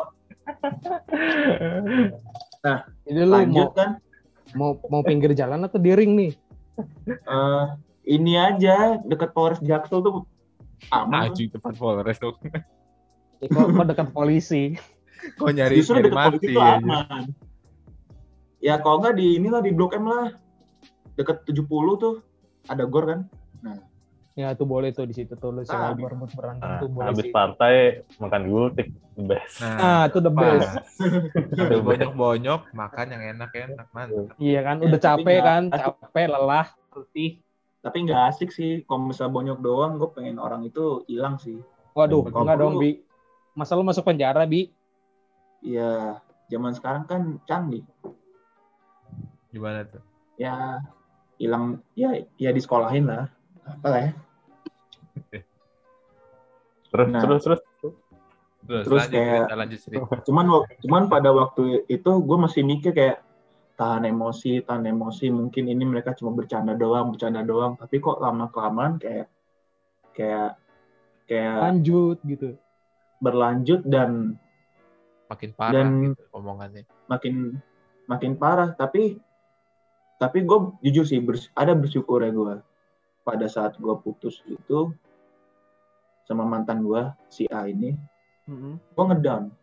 Nah, ini lu mau pinggir jalan atau di ring nih? Ini aja dekat Polres Jaksel tuh aman. Maju depan Polres tuh. Kok dekat polisi? Kok nyari dekat mati polisi tuh aman. Ya kalau nggak di Blok M lah, dekat 70 tuh ada gor kan. Nah, ya tuh boleh tuh di situ tuh lu coba berebut berantem tuh boleh. Habis partai makan gultik the best. Itu the best. Bonyok-bonyok makan yang enak-enak mantap. Iya kan, udah capek lelah, letih. Tapi nggak asik sih kalau misal bonyok doang. Gue pengen orang itu hilang sih. Waduh, enggak dong Bi. Masa lu masuk penjara Bi? Iya, zaman sekarang kan canggih. Gimana tuh? Ya hilang, ya disekolahin lah. Apa lah ya? Terus kayak cuman pada waktu itu gue masih mikir kayak tahan emosi, mungkin ini mereka cuma bercanda doang, tapi kok lama-kelamaan kayak lanjut gitu. Berlanjut dan makin parah gitu omongannya. Makin parah, tapi gue jujur sih ada bersyukur ya gue pada saat gue putus itu sama mantan gue si A ini. Gue ngedown.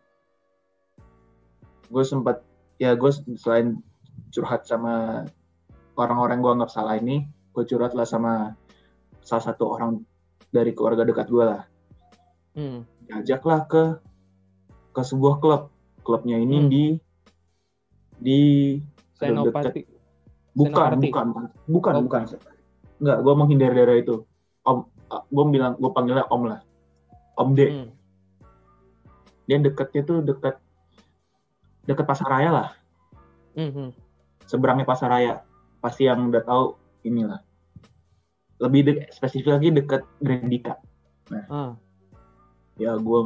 Gue sempat gue selain curhat sama orang-orang gue anggap salah ini, gue curhat lah sama salah satu orang dari keluarga dekat gue lah. Diajaklah ke sebuah klubnya ini di Senopati. Bukan. Enggak, gue menghindari daerah itu. Gue panggilnya Om lah. Om D. Dia dekatnya tuh dekat Pasar Raya lah. Seberangnya Pasar Raya. Pasti yang udah tahu inilah. Lebih spesifik lagi dekat Grandika. Nah. Ya gue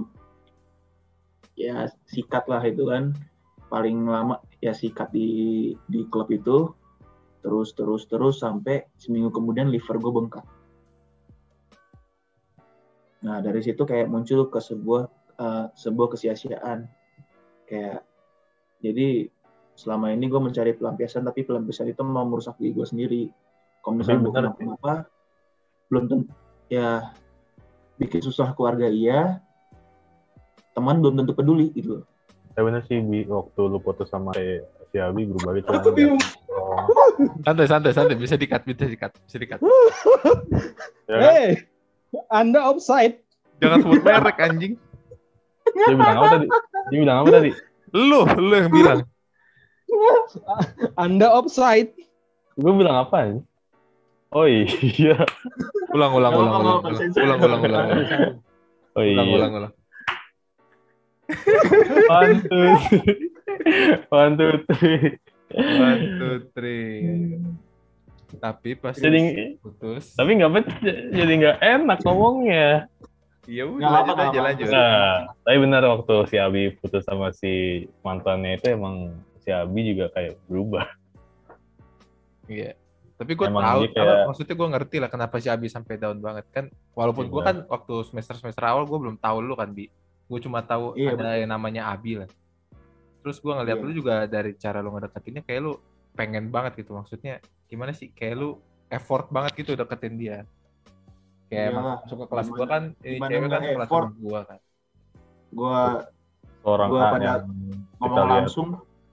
sikat lah itu kan. Paling lama ya sikat di klub itu. Terus sampai seminggu kemudian liver gue bengkak. Nah dari situ kayak muncul ke sebuah kesia-siaan. Kayak jadi selama ini gue mencari pelampiasan, tapi pelampiasan itu mau merusak diri gue sendiri. Kalau misalnya gue kenapa belum tentu ya bikin susah keluarga, iya, teman belum tentu peduli gitu. bener sih, waktu lu putus sama si Abi berubah gitu. Aku bingung. Santai. Bisa dikat. Ya kan? Anda offside. Jangan sebut merek anjing. Dia bilang apa tadi? Lu yang bilang. Anda offside. Gue bilang apa? Oh iya. Ulang. Oh iya. Ulang. 1, 2, 3. Tapi pas Jadi putus. Tapi jadi nggak enak ngomongnya. Iya udah lanjut. Nah, tapi benar waktu si Abi putus sama si mantannya itu emang si Abi juga kayak berubah. Iya. Tapi gue tahu, maksudnya gue ngerti lah kenapa si Abi sampai down banget kan. Walaupun gue kan waktu semester awal gue belum tahu lu kan, Bi. Gue cuma tahu ada yang namanya Abi lah. Terus gue ngeliat lu juga dari cara lu ngedeketinnya kayak lu pengen banget gitu. Maksudnya gimana sih? Kayak lu effort banget gitu deketin dia. Kayak masuk ke kelas gue kan, ini cewek kan kelas gue kan. Gue orang pada ngomong langsung.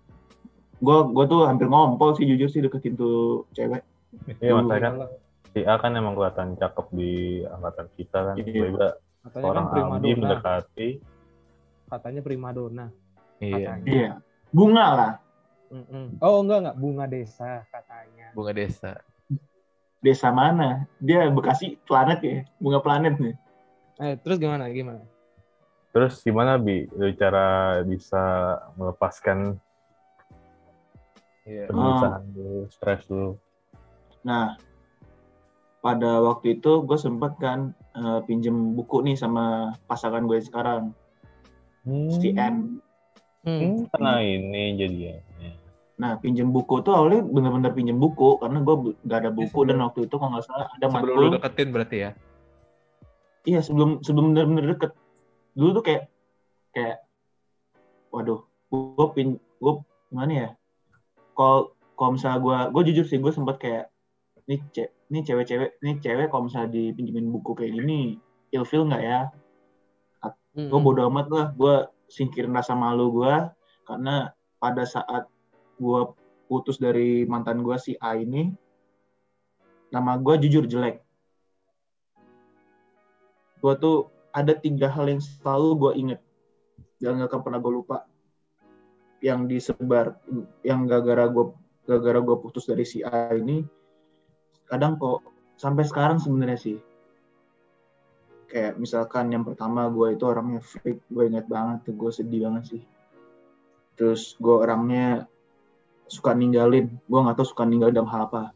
Gue tuh hampir ngompol sih jujur sih deketin tuh cewek. Iya maksudnya kan si A kan emang kelihatan cakep di angkatan kita kan. Juga katanya orang Abi mendekati. Katanya primadona. Iya. Bunga lah. Oh enggak bunga desa katanya. Bunga desa. Desa mana? Dia Bekasi planet ya, bunga planet nih. Terus gimana? Terus gimana Bi, cara bisa melepaskan penyesalan lu, stres lu? Nah, pada waktu itu gue sempet kan pinjem buku nih sama pasangan gue sekarang, si N. Karena ini jadinya. Nah, pinjem buku tuh awalnya bener-bener pinjem buku karena gue nggak ada buku dan waktu itu kalau nggak salah ada matkul. Sebelum lu deketin berarti ya? Iya, sebelum bener-bener deket. Dulu tuh kayak waduh, gue gimana ya? Kalau misalnya gue jujur sih gue sempat kayak nih cewek kalau misalnya dipinjemin buku kayak gini ilfil nggak ya? Gue bodo amat lah, gue singkirin rasa malu gue karena pada saat gue putus dari mantan gue si A ini, nama gue jujur jelek. Gue tuh ada 3 hal yang selalu gue inget dan gak akan pernah gue lupa yang disebar, yang gara-gara gue putus dari si A ini. Kadang kok sampai sekarang sebenarnya sih, kayak misalkan yang pertama gue itu orangnya freak, gue inget banget tuh, gue sedih banget sih. Terus gue orangnya suka ninggalin, gue nggak tahu suka ninggalin dalam hal apa.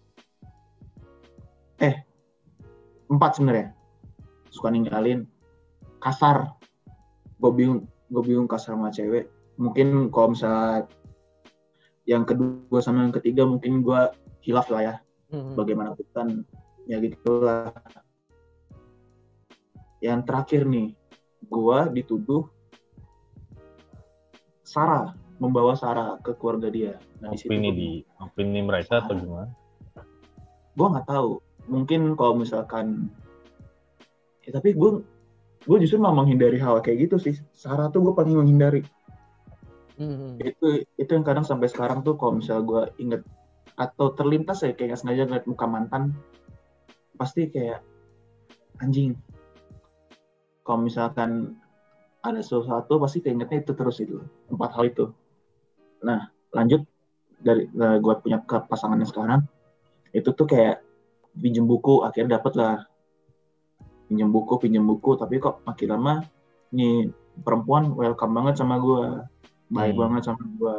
4 sebenarnya, suka ninggalin, kasar, gue bingung kasar sama cewek. Mungkin kalau misalnya yang kedua sama yang ketiga mungkin gue hilaf lah ya, bagaimana kan ya gitulah. Yang terakhir nih, gue dituduh membawa Sarah ke keluarga dia. Nah, opini mereka atau gimana? Gue nggak tahu. Mungkin kalau misalkan, tapi gue justru mau menghindari hal kayak gitu sih. Sarah tuh gue paling menghindari. Itu yang kadang sampai sekarang tuh kalau misalnya gue inget atau terlintas ya kayak nggak sengaja ngeliat muka mantan, pasti kayak anjing. Kalau misalkan ada sesuatu pasti keingetnya itu terus itu 4 hal itu. Nah, lanjut dari gue punya ke pasangannya sekarang, itu tuh kayak pinjem buku, akhirnya dapet lah. Pinjem buku, tapi kok makin lama nih perempuan welcome banget sama gue, baik banget sama gue.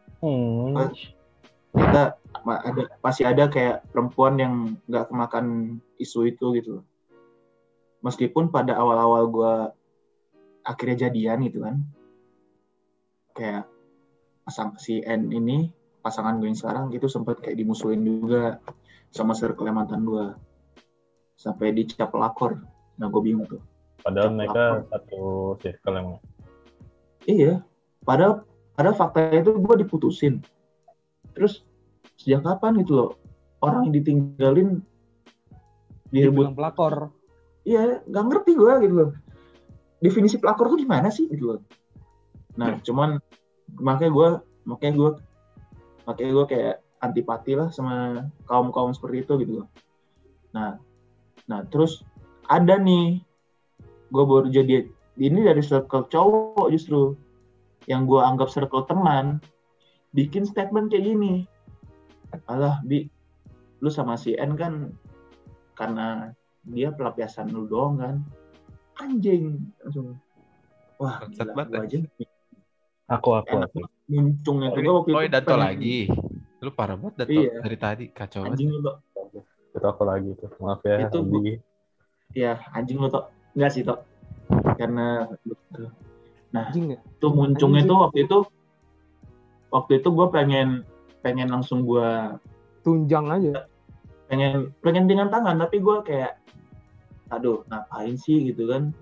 Kita pasti ada kayak perempuan yang nggak kemakan isu itu gitu. Meskipun pada awal-awal gue akhirnya jadian gitu kan, kayak si N ini pasangan gue yang sekarang gitu sempat kayak dimusuhin juga sama circle mantan gue sampai dicap pelakor. Nah gue bingung tuh. Padahal mereka satu circle emang. Iya. Padahal faktanya itu gue diputusin. Terus sejak kapan gitu loh orang yang ditinggalin direbut pelakor? Iya, nggak ngerti gue gitu loh. Definisi pelakor tuh gimana sih gitu loh. Nah, cuman makanya gue kayak antipati lah sama kaum seperti itu gitu loh. Nah terus ada nih, gue baru jadi ini dari circle cowok justru yang gue anggap circle teman, bikin statement kayak gini, alah Bi, lu sama si N kan karena dia pelampiasan lu doang kan, anjing langsung. Wah gila, gue aja aku muncungnya tuh gue waktu itu Dato lagi, lu parah banget Dato. Iya. Dari tadi kacau banget. Anjing lu Tok. Itu aku lagi tuh, maaf ya. Itu ya anjing lu Tok. Enggak sih Tok, karena nah itu muncungnya tuh waktu itu gue pengen langsung gue tunjang aja, pengen dengan tangan, tapi gue kayak aduh ngapain sih gitu kan.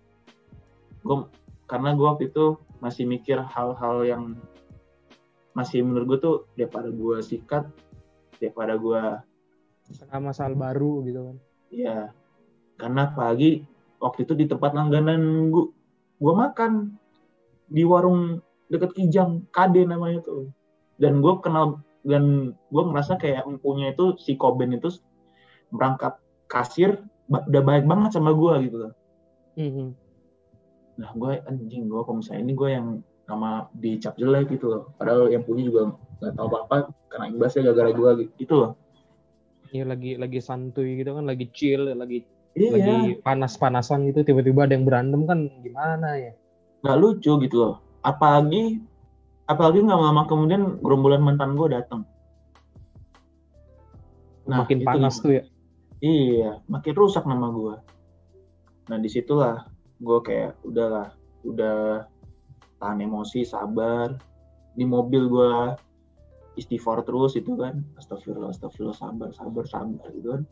Karena gue waktu itu masih mikir hal-hal yang masih menurut gue tuh daripada gue sikat, daripada gue kena masalah baru gitu kan. Iya, karena pagi waktu itu di tempat langganan gue makan di warung deket Kijang, KD namanya tuh. Dan gue ngerasa kayak empunya itu si Koben itu merangkap kasir udah baik banget sama gue gitu loh. Mm-hmm. Nah gue anjing, gue kalau misalnya ini gue yang sama dicap jelek gitu loh, padahal yang punya juga nggak tahu apa-apa, karena imbasnya gara-gara gue gitu loh. Iya lagi santuy gitu kan, lagi chill, lagi panas-panasan gitu, tiba-tiba ada yang berantem kan gimana ya? Nggak lucu gitu loh. Apalagi nggak lama kemudian gerombolan mantan gue datang. Nah, makin panas tuh ya. Iya, makin rusak nama gue. Nah disitulah gue kayak udah tahan emosi, sabar. Di mobil gue istighfar terus itu kan, astagfirullah, sabar gitu kan.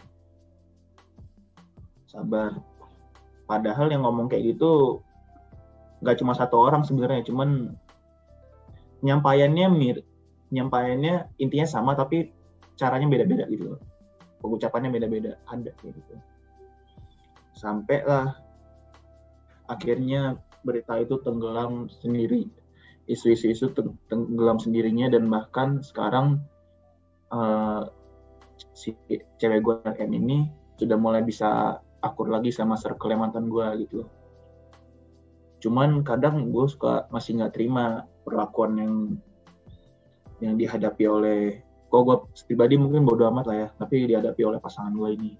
Sabar. Padahal yang ngomong kayak gitu nggak cuma satu orang sebenarnya, cuman penyampaiannya intinya sama tapi caranya beda-beda gitu loh. Pengucapannya beda-beda, ada gitu. Sampai lah akhirnya berita itu tenggelam sendiri, isu-isu tenggelam sendirinya, dan bahkan sekarang si cewek gue N ini sudah mulai bisa akur lagi sama circle mantan gue gitu. Cuman kadang gue masih nggak terima perlakuan yang dihadapi oleh, kok gue pribadi mungkin bodo amat lah ya, tapi dihadapi oleh pasangan gue ini.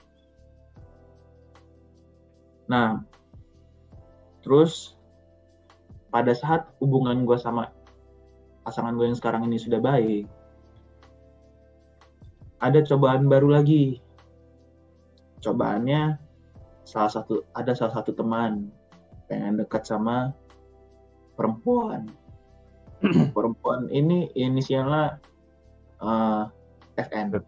Nah, terus pada saat hubungan gue sama pasangan gue yang sekarang ini sudah baik, ada cobaan baru lagi. Cobaannya ada salah satu teman pengen dekat sama perempuan. Perempuan ini inisialnya FN.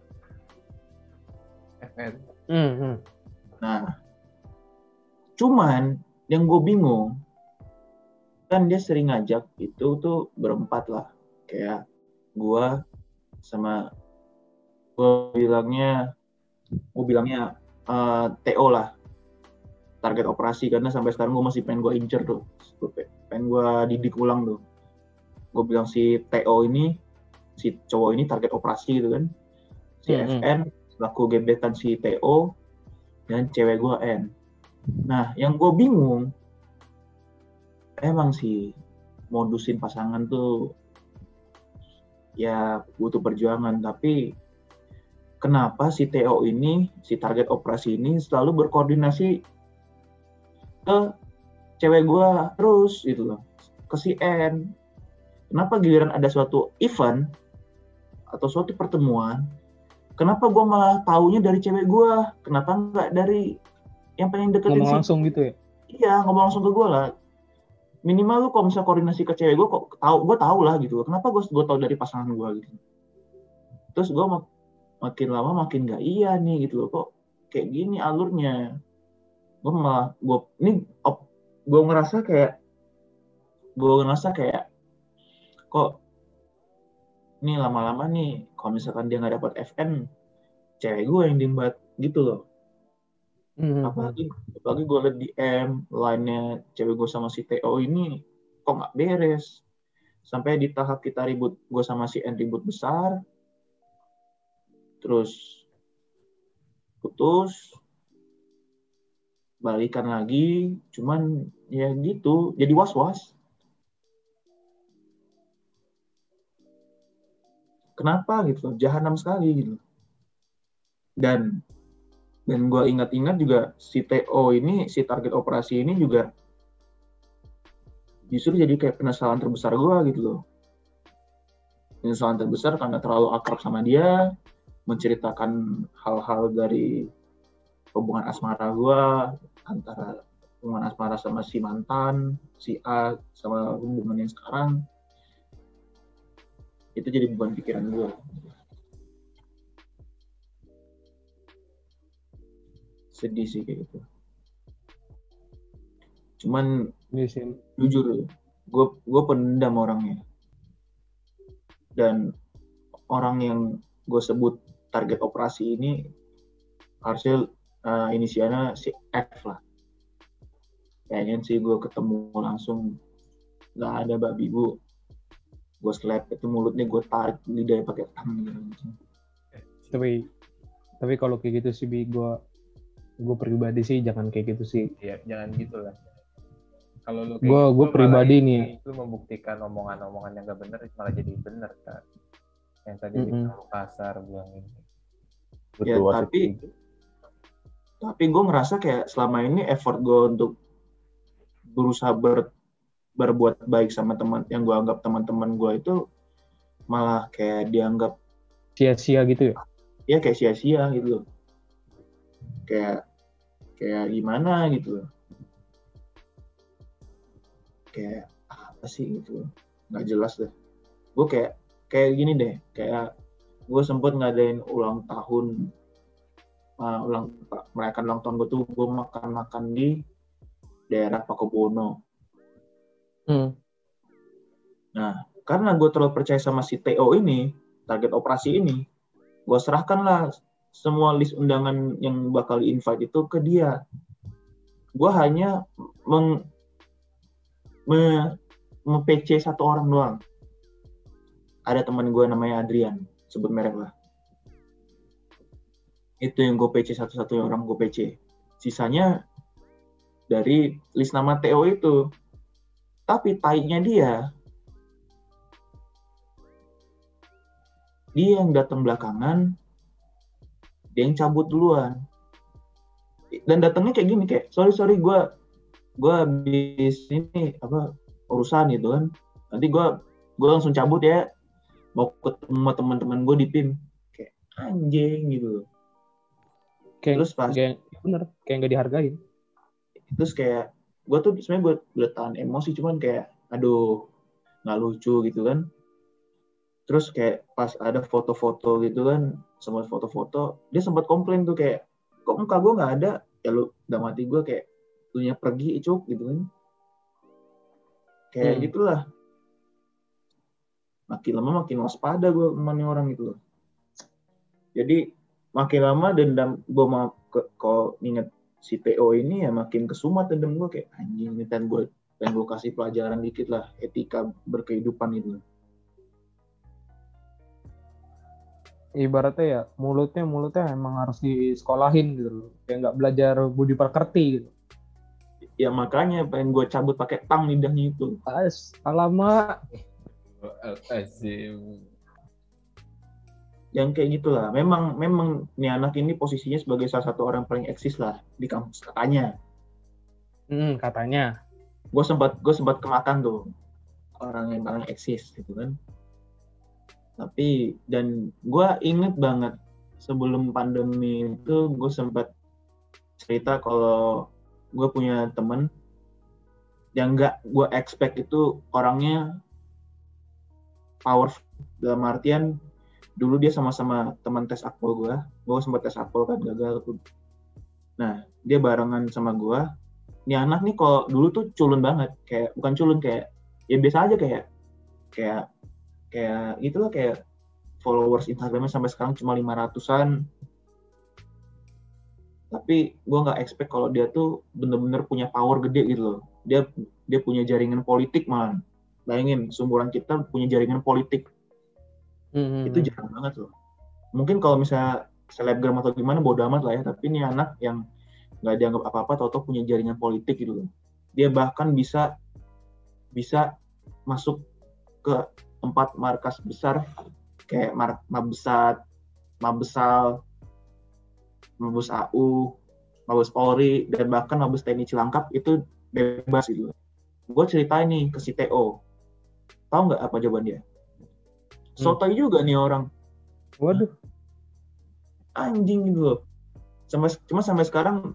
Nah, cuman yang gue bingung, kan dia sering ngajak itu tuh berempat lah, kayak gue sama gue bilangnya TO lah, target operasi, karena sampai sekarang gue masih pengen gue incer tuh, pengen gue didik ulang tuh. Gue bilang si TO ini, si cowok ini target operasi gitu kan, si FN selaku gebetan si TO, dan cewek gue N. Nah yang gue bingung, emang sih modusin pasangan tuh ya butuh perjuangan, tapi kenapa si TO ini, si target operasi ini selalu berkoordinasi ke cewek gue terus gitu loh, ke si N. Kenapa giliran ada suatu event atau suatu pertemuan, kenapa gue malah taunya dari cewek gue? Kenapa nggak dari yang pengen deketin ngomong langsung gitu ya? Iya, ngomong langsung ke gue lah. Minimal lu kalau misalnya koordinasi ke cewek gue, gue tahu lah gitu. Kenapa gue tahu dari pasangan gue gitu? Terus gue makin lama makin nggak iya nih gitu loh, kok kayak gini alurnya. Gue ngerasa kayak kok ini lama-lama nih kalau misalkan dia nggak dapat FN, cewek gue yang diembat gitu loh. Apalagi gue liat DM lainnya cewek gue sama si TO ini kok nggak beres. Sampai di tahap kita ribut, gue sama si N ribut besar, terus putus, balikan lagi, cuman ya gitu, jadi was-was. Kenapa gitu, jahanam sekali gitu. Dan gue ingat-ingat juga si TO ini, si target operasi ini juga justru jadi kayak penyesalan terbesar gue gitu loh. Penyesalan terbesar karena terlalu akrab sama dia, menceritakan hal-hal dari hubungan asmara gue, antara hubungan asmara sama si mantan, si A, sama hubungan yang sekarang. Itu jadi beban pikiran gue. Sedih sih kayak gitu. Cuman jujur, gue pendam orangnya. Dan orang yang gue sebut target operasi ini harusnya inisialnya si F lah. Kayaknya sih gue ketemu langsung nggak ada babi bu. Gue slap itu mulutnya gue tarik lidahnya pakai tangan gitu. Tapi kalau kayak gitu sih gue pribadi sih jangan kayak gitu sih. Iya, jangan gitu lah. Kalau lu kayak gue pribadi nih itu membuktikan omongan-omongan yang gak benar malah jadi benar kan. Yang tadi terlalu kasar bilang ini. Ya tapi gue ngerasa kayak selama ini effort gue untuk berusaha berbuat baik sama teman yang gue anggap teman-teman gue itu malah kayak dianggap sia-sia gitu ya? Iya kayak sia-sia gitu loh. Kayak gimana gitu loh. Kayak apa sih gitu loh. Nggak jelas deh. Gue kayak gini deh. Kayak gue sempet ngadain ulang tahun merayakan ulang tahun gue tuh gue makan di daerah Pakubono. Nah, karena gue terlalu percaya sama si TO ini, target operasi ini, gue serahkanlah semua list undangan yang bakal di-invite itu ke dia. Gue hanya me-PC satu orang doang. Ada teman gue namanya Adrian, sebut merek lah. Itu yang gue PC, satu-satunya orang gue PC. Sisanya dari list nama TO itu. Tapi taiknya dia yang datang belakangan, dia yang cabut duluan. Dan datangnya kayak gini, kayak sorry gue habis ini urusan gitu kan. Nanti gue langsung cabut ya, mau ketemu sama teman-teman gue di PIM. Kayak anjing gitu. Terus pas bener kayak nggak dihargain. Terus kayak gue tuh sebenarnya buat tahan emosi, cuman kayak aduh nggak lucu gitu kan. Terus kayak pas ada foto-foto gitu kan, semua foto-foto, dia sempat komplain tuh kayak, kok muka gue nggak ada? Ya lu udah mati gue kayak, lu nya pergi icuk gitu kan. Kayak gitulah. Makin lama makin waspada gue sama orang gitu loh. Jadi makin lama dendam gue mau kalau inget si TO ini ya makin kesumat dendam gue kayak anjing ini kan gue kasih pelajaran dikit lah etika berkehidupan itu. Ibaratnya ya mulutnya emang harus disekolahin gitu loh. Kayak nggak belajar budi pekerti gitu. Ya makanya pengen gue cabut pakai tang lidahnya itu. Alamak. Yang kayak gitulah. Memang nih anak ini posisinya sebagai salah satu orang paling eksis lah di kampus katanya. Katanya. Gue sempat kemakan tuh orang yang paling eksis gitu kan. Tapi dan gue inget banget sebelum pandemi itu gue sempat cerita kalau gue punya temen yang nggak gue expect itu orangnya powerful dalam artian dulu dia sama-sama teman tes akpol gue sempat tes akpol kan gagal tuh. Nah dia barengan sama gue. Ini anak nih kalau dulu tuh culun banget, kayak bukan culun kayak ya biasa aja kayak itulah kayak followers Instagramnya sampai sekarang cuma 500-an. Tapi gue nggak expect kalau dia tuh bener-bener punya power gede gitu loh. Dia punya jaringan politik malah. bayangin seumuran kita punya jaringan politik. Itu jarang banget loh. Mungkin kalau misalnya selebgram atau gimana bodo amat lah ya, tapi ini anak yang nggak dianggap apa-apa tahu-tahu punya jaringan politik gitu loh. Dia bahkan bisa masuk ke tempat markas besar kayak Mabesat, Mabesal, Mabes AU, Mabes Polri, dan bahkan Mabes TNI Cilangkap itu bebas gitu. Gue ceritain nih ke si TO. Tahu nggak apa jawaban dia? Sotoy juga nih orang. Waduh. Anjing gitu loh. Cuma sampai sekarang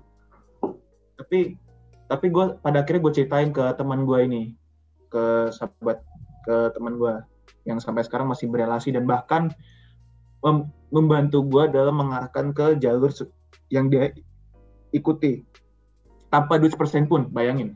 tapi gue pada akhirnya gue ceritain ke teman gue ini, ke teman gue yang sampai sekarang masih berelasi dan bahkan membantu gue dalam mengarahkan ke jalur yang dia ikuti tanpa duit persen pun, bayangin.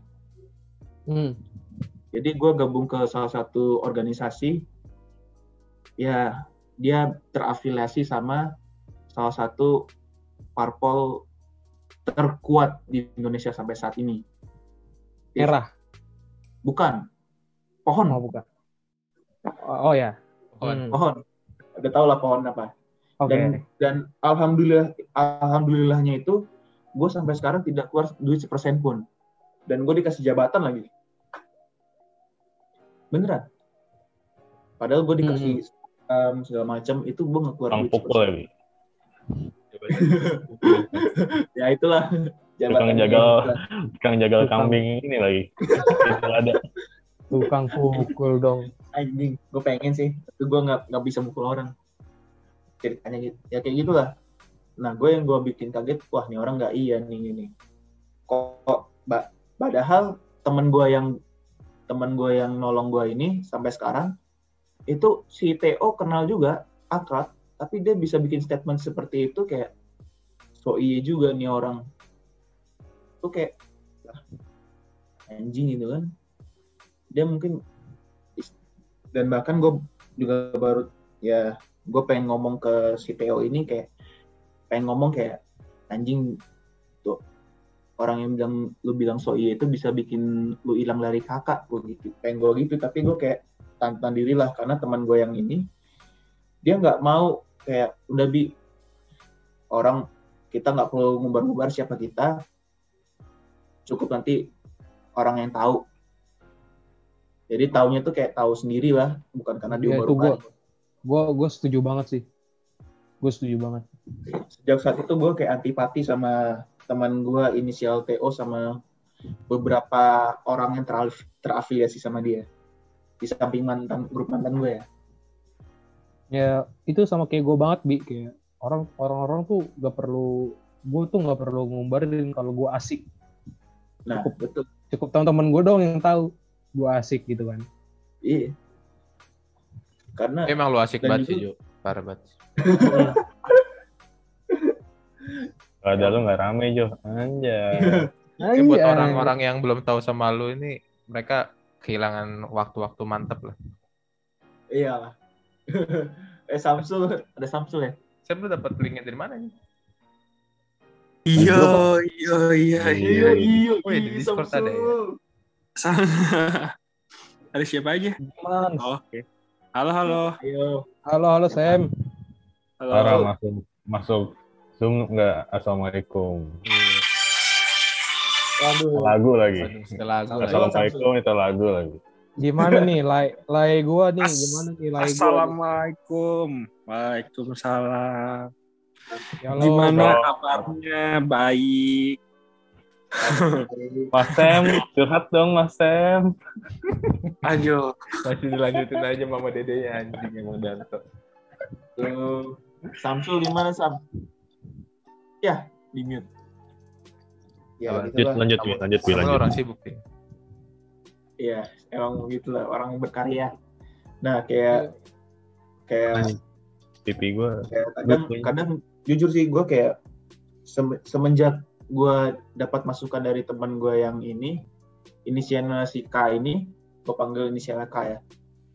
Jadi gue gabung ke salah satu organisasi, ya dia terafiliasi sama salah satu parpol terkuat di Indonesia sampai saat ini. Merah? Bukan. Pohon. Oh, bukan. Oh ya. Pohon. Udah tau lah pohon apa. Okay. Dan alhamdulillahnya itu gue sampai sekarang tidak keluar duit sepersen pun. Dan gue dikasih jabatan lagi. Beneran. Padahal gue dikasih segala macam, itu gue nggak keluar duit sepersen. Ya itulah. Tukang jagal kambing ini lagi. Ada. Tukang pukul dong. Anjing, gue pengen sih, tapi gue nggak bisa mukul orang. Ceritanya gitu, ya kayak gitulah. Nah, gue bikin kaget, wah nih orang nggak iya nih ini. Kok, padahal temen gue yang nolong gue ini sampai sekarang itu si TO kenal juga, akrab, tapi dia bisa bikin statement seperti itu kayak so iya juga nih orang. Itu kayak anjing gitu kan. Dia mungkin, dan bahkan gue juga baru ya gue pengen ngomong ke si TO ini kayak anjing tuh orang yang lu bilang so iya itu bisa bikin lu hilang dari kakak gue gitu, pengen gue gitu. Tapi gue kayak tahan diri lah karena teman gue yang ini dia nggak mau kayak udah orang kita nggak perlu ngubar-ngubar siapa kita, cukup nanti orang yang tahu. Jadi taunya tuh kayak tahu sendiri lah, bukan karena diumbar-umbar. Gue setuju banget sih. Gue setuju banget. Sejak saat itu gue kayak antipati sama teman gue inisial TO sama beberapa orang yang terafiliasi sama dia. Di samping grup mantan gue ya. Ya itu sama kayak gue banget, Bi. Kayak orang-orang tuh gue tuh nggak perlu ngumbarin kalau gue asik. Nah, betul. Cukup teman-teman gue dong yang tahu gue asik gitu kan. Iya. Karena emang lu asik banget sih, Jo. Parah banget. Ada lu nggak rame, Jo. Anjay. Ini buat orang-orang yang belum tahu sama lu ini, mereka kehilangan waktu-waktu mantap lah. Iya. Samsul, ada Samsul ya? Saya belum dapat linknya dari mana nih? Iya. Oh ya, di Discord ada ya? Ada siapa aja? Oh, oke. Halo. Halo Sam. Halo. Orang masuk Zoom nggak? Assalamualaikum. Lagu lagi. Assalamualaikum itu lagu lagi. Gimana nih lay gua nih? Gimana nih lay gua? Assalamualaikum. Waalaikumsalam. Halo, gimana kabarnya? Baik. Mas Sam, curhat dong Mas Sam. Ayo. Masih dilanjutin aja mama dedenya anjing emang Danto. Samsul gimana Sam? Ya, di mute. Ya, lanjut. Orang sibuk nih. Iya, emang gitulah orang berkarya. Nah, kayak pipi gue. Kadang jujur sih gue kayak semenjak gue dapat masukan dari teman gue yang ini, inisialnya si K ini, gue panggil inisialnya K ya.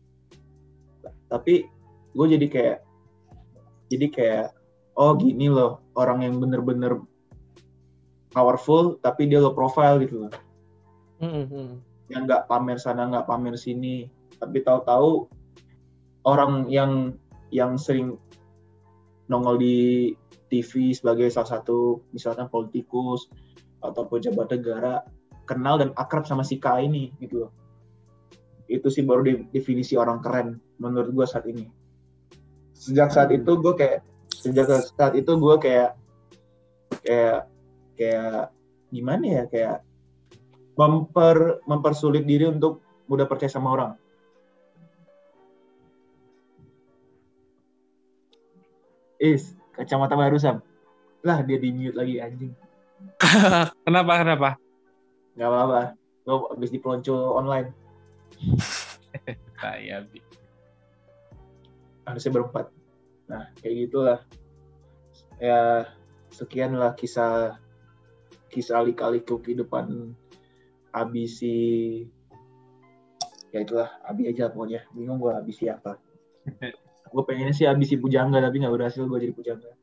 Tapi gue jadi kayak oh gini loh orang yang bener-bener powerful tapi dia low profile gitu loh. Yang nggak pamer sana nggak pamer sini, Tapi tahu-tahu orang yang sering nongol di TV sebagai salah satu misalkan politikus atau pejabat negara kenal dan akrab sama si K ini gitu loh. Itu sih baru definisi orang keren menurut gue saat ini. Sejak saat itu gue kayak gimana ya, kayak mempersulit diri untuk mudah percaya sama orang. Kacamata baru Sam. Lah dia di mute lagi anjing. Kenapa? Gak apa-apa. Gue abis dipelonco online. Kayak harusnya berempat. Nah kayak gitulah. Ya sekian lah kisah lika-liku kehidupan Abi si, ya itulah Abi aja pokoknya. Bingung gue Abi siapa. Gue pengennya sih Abi si Pujangga tapi nggak berhasil gue jadi Pujangga.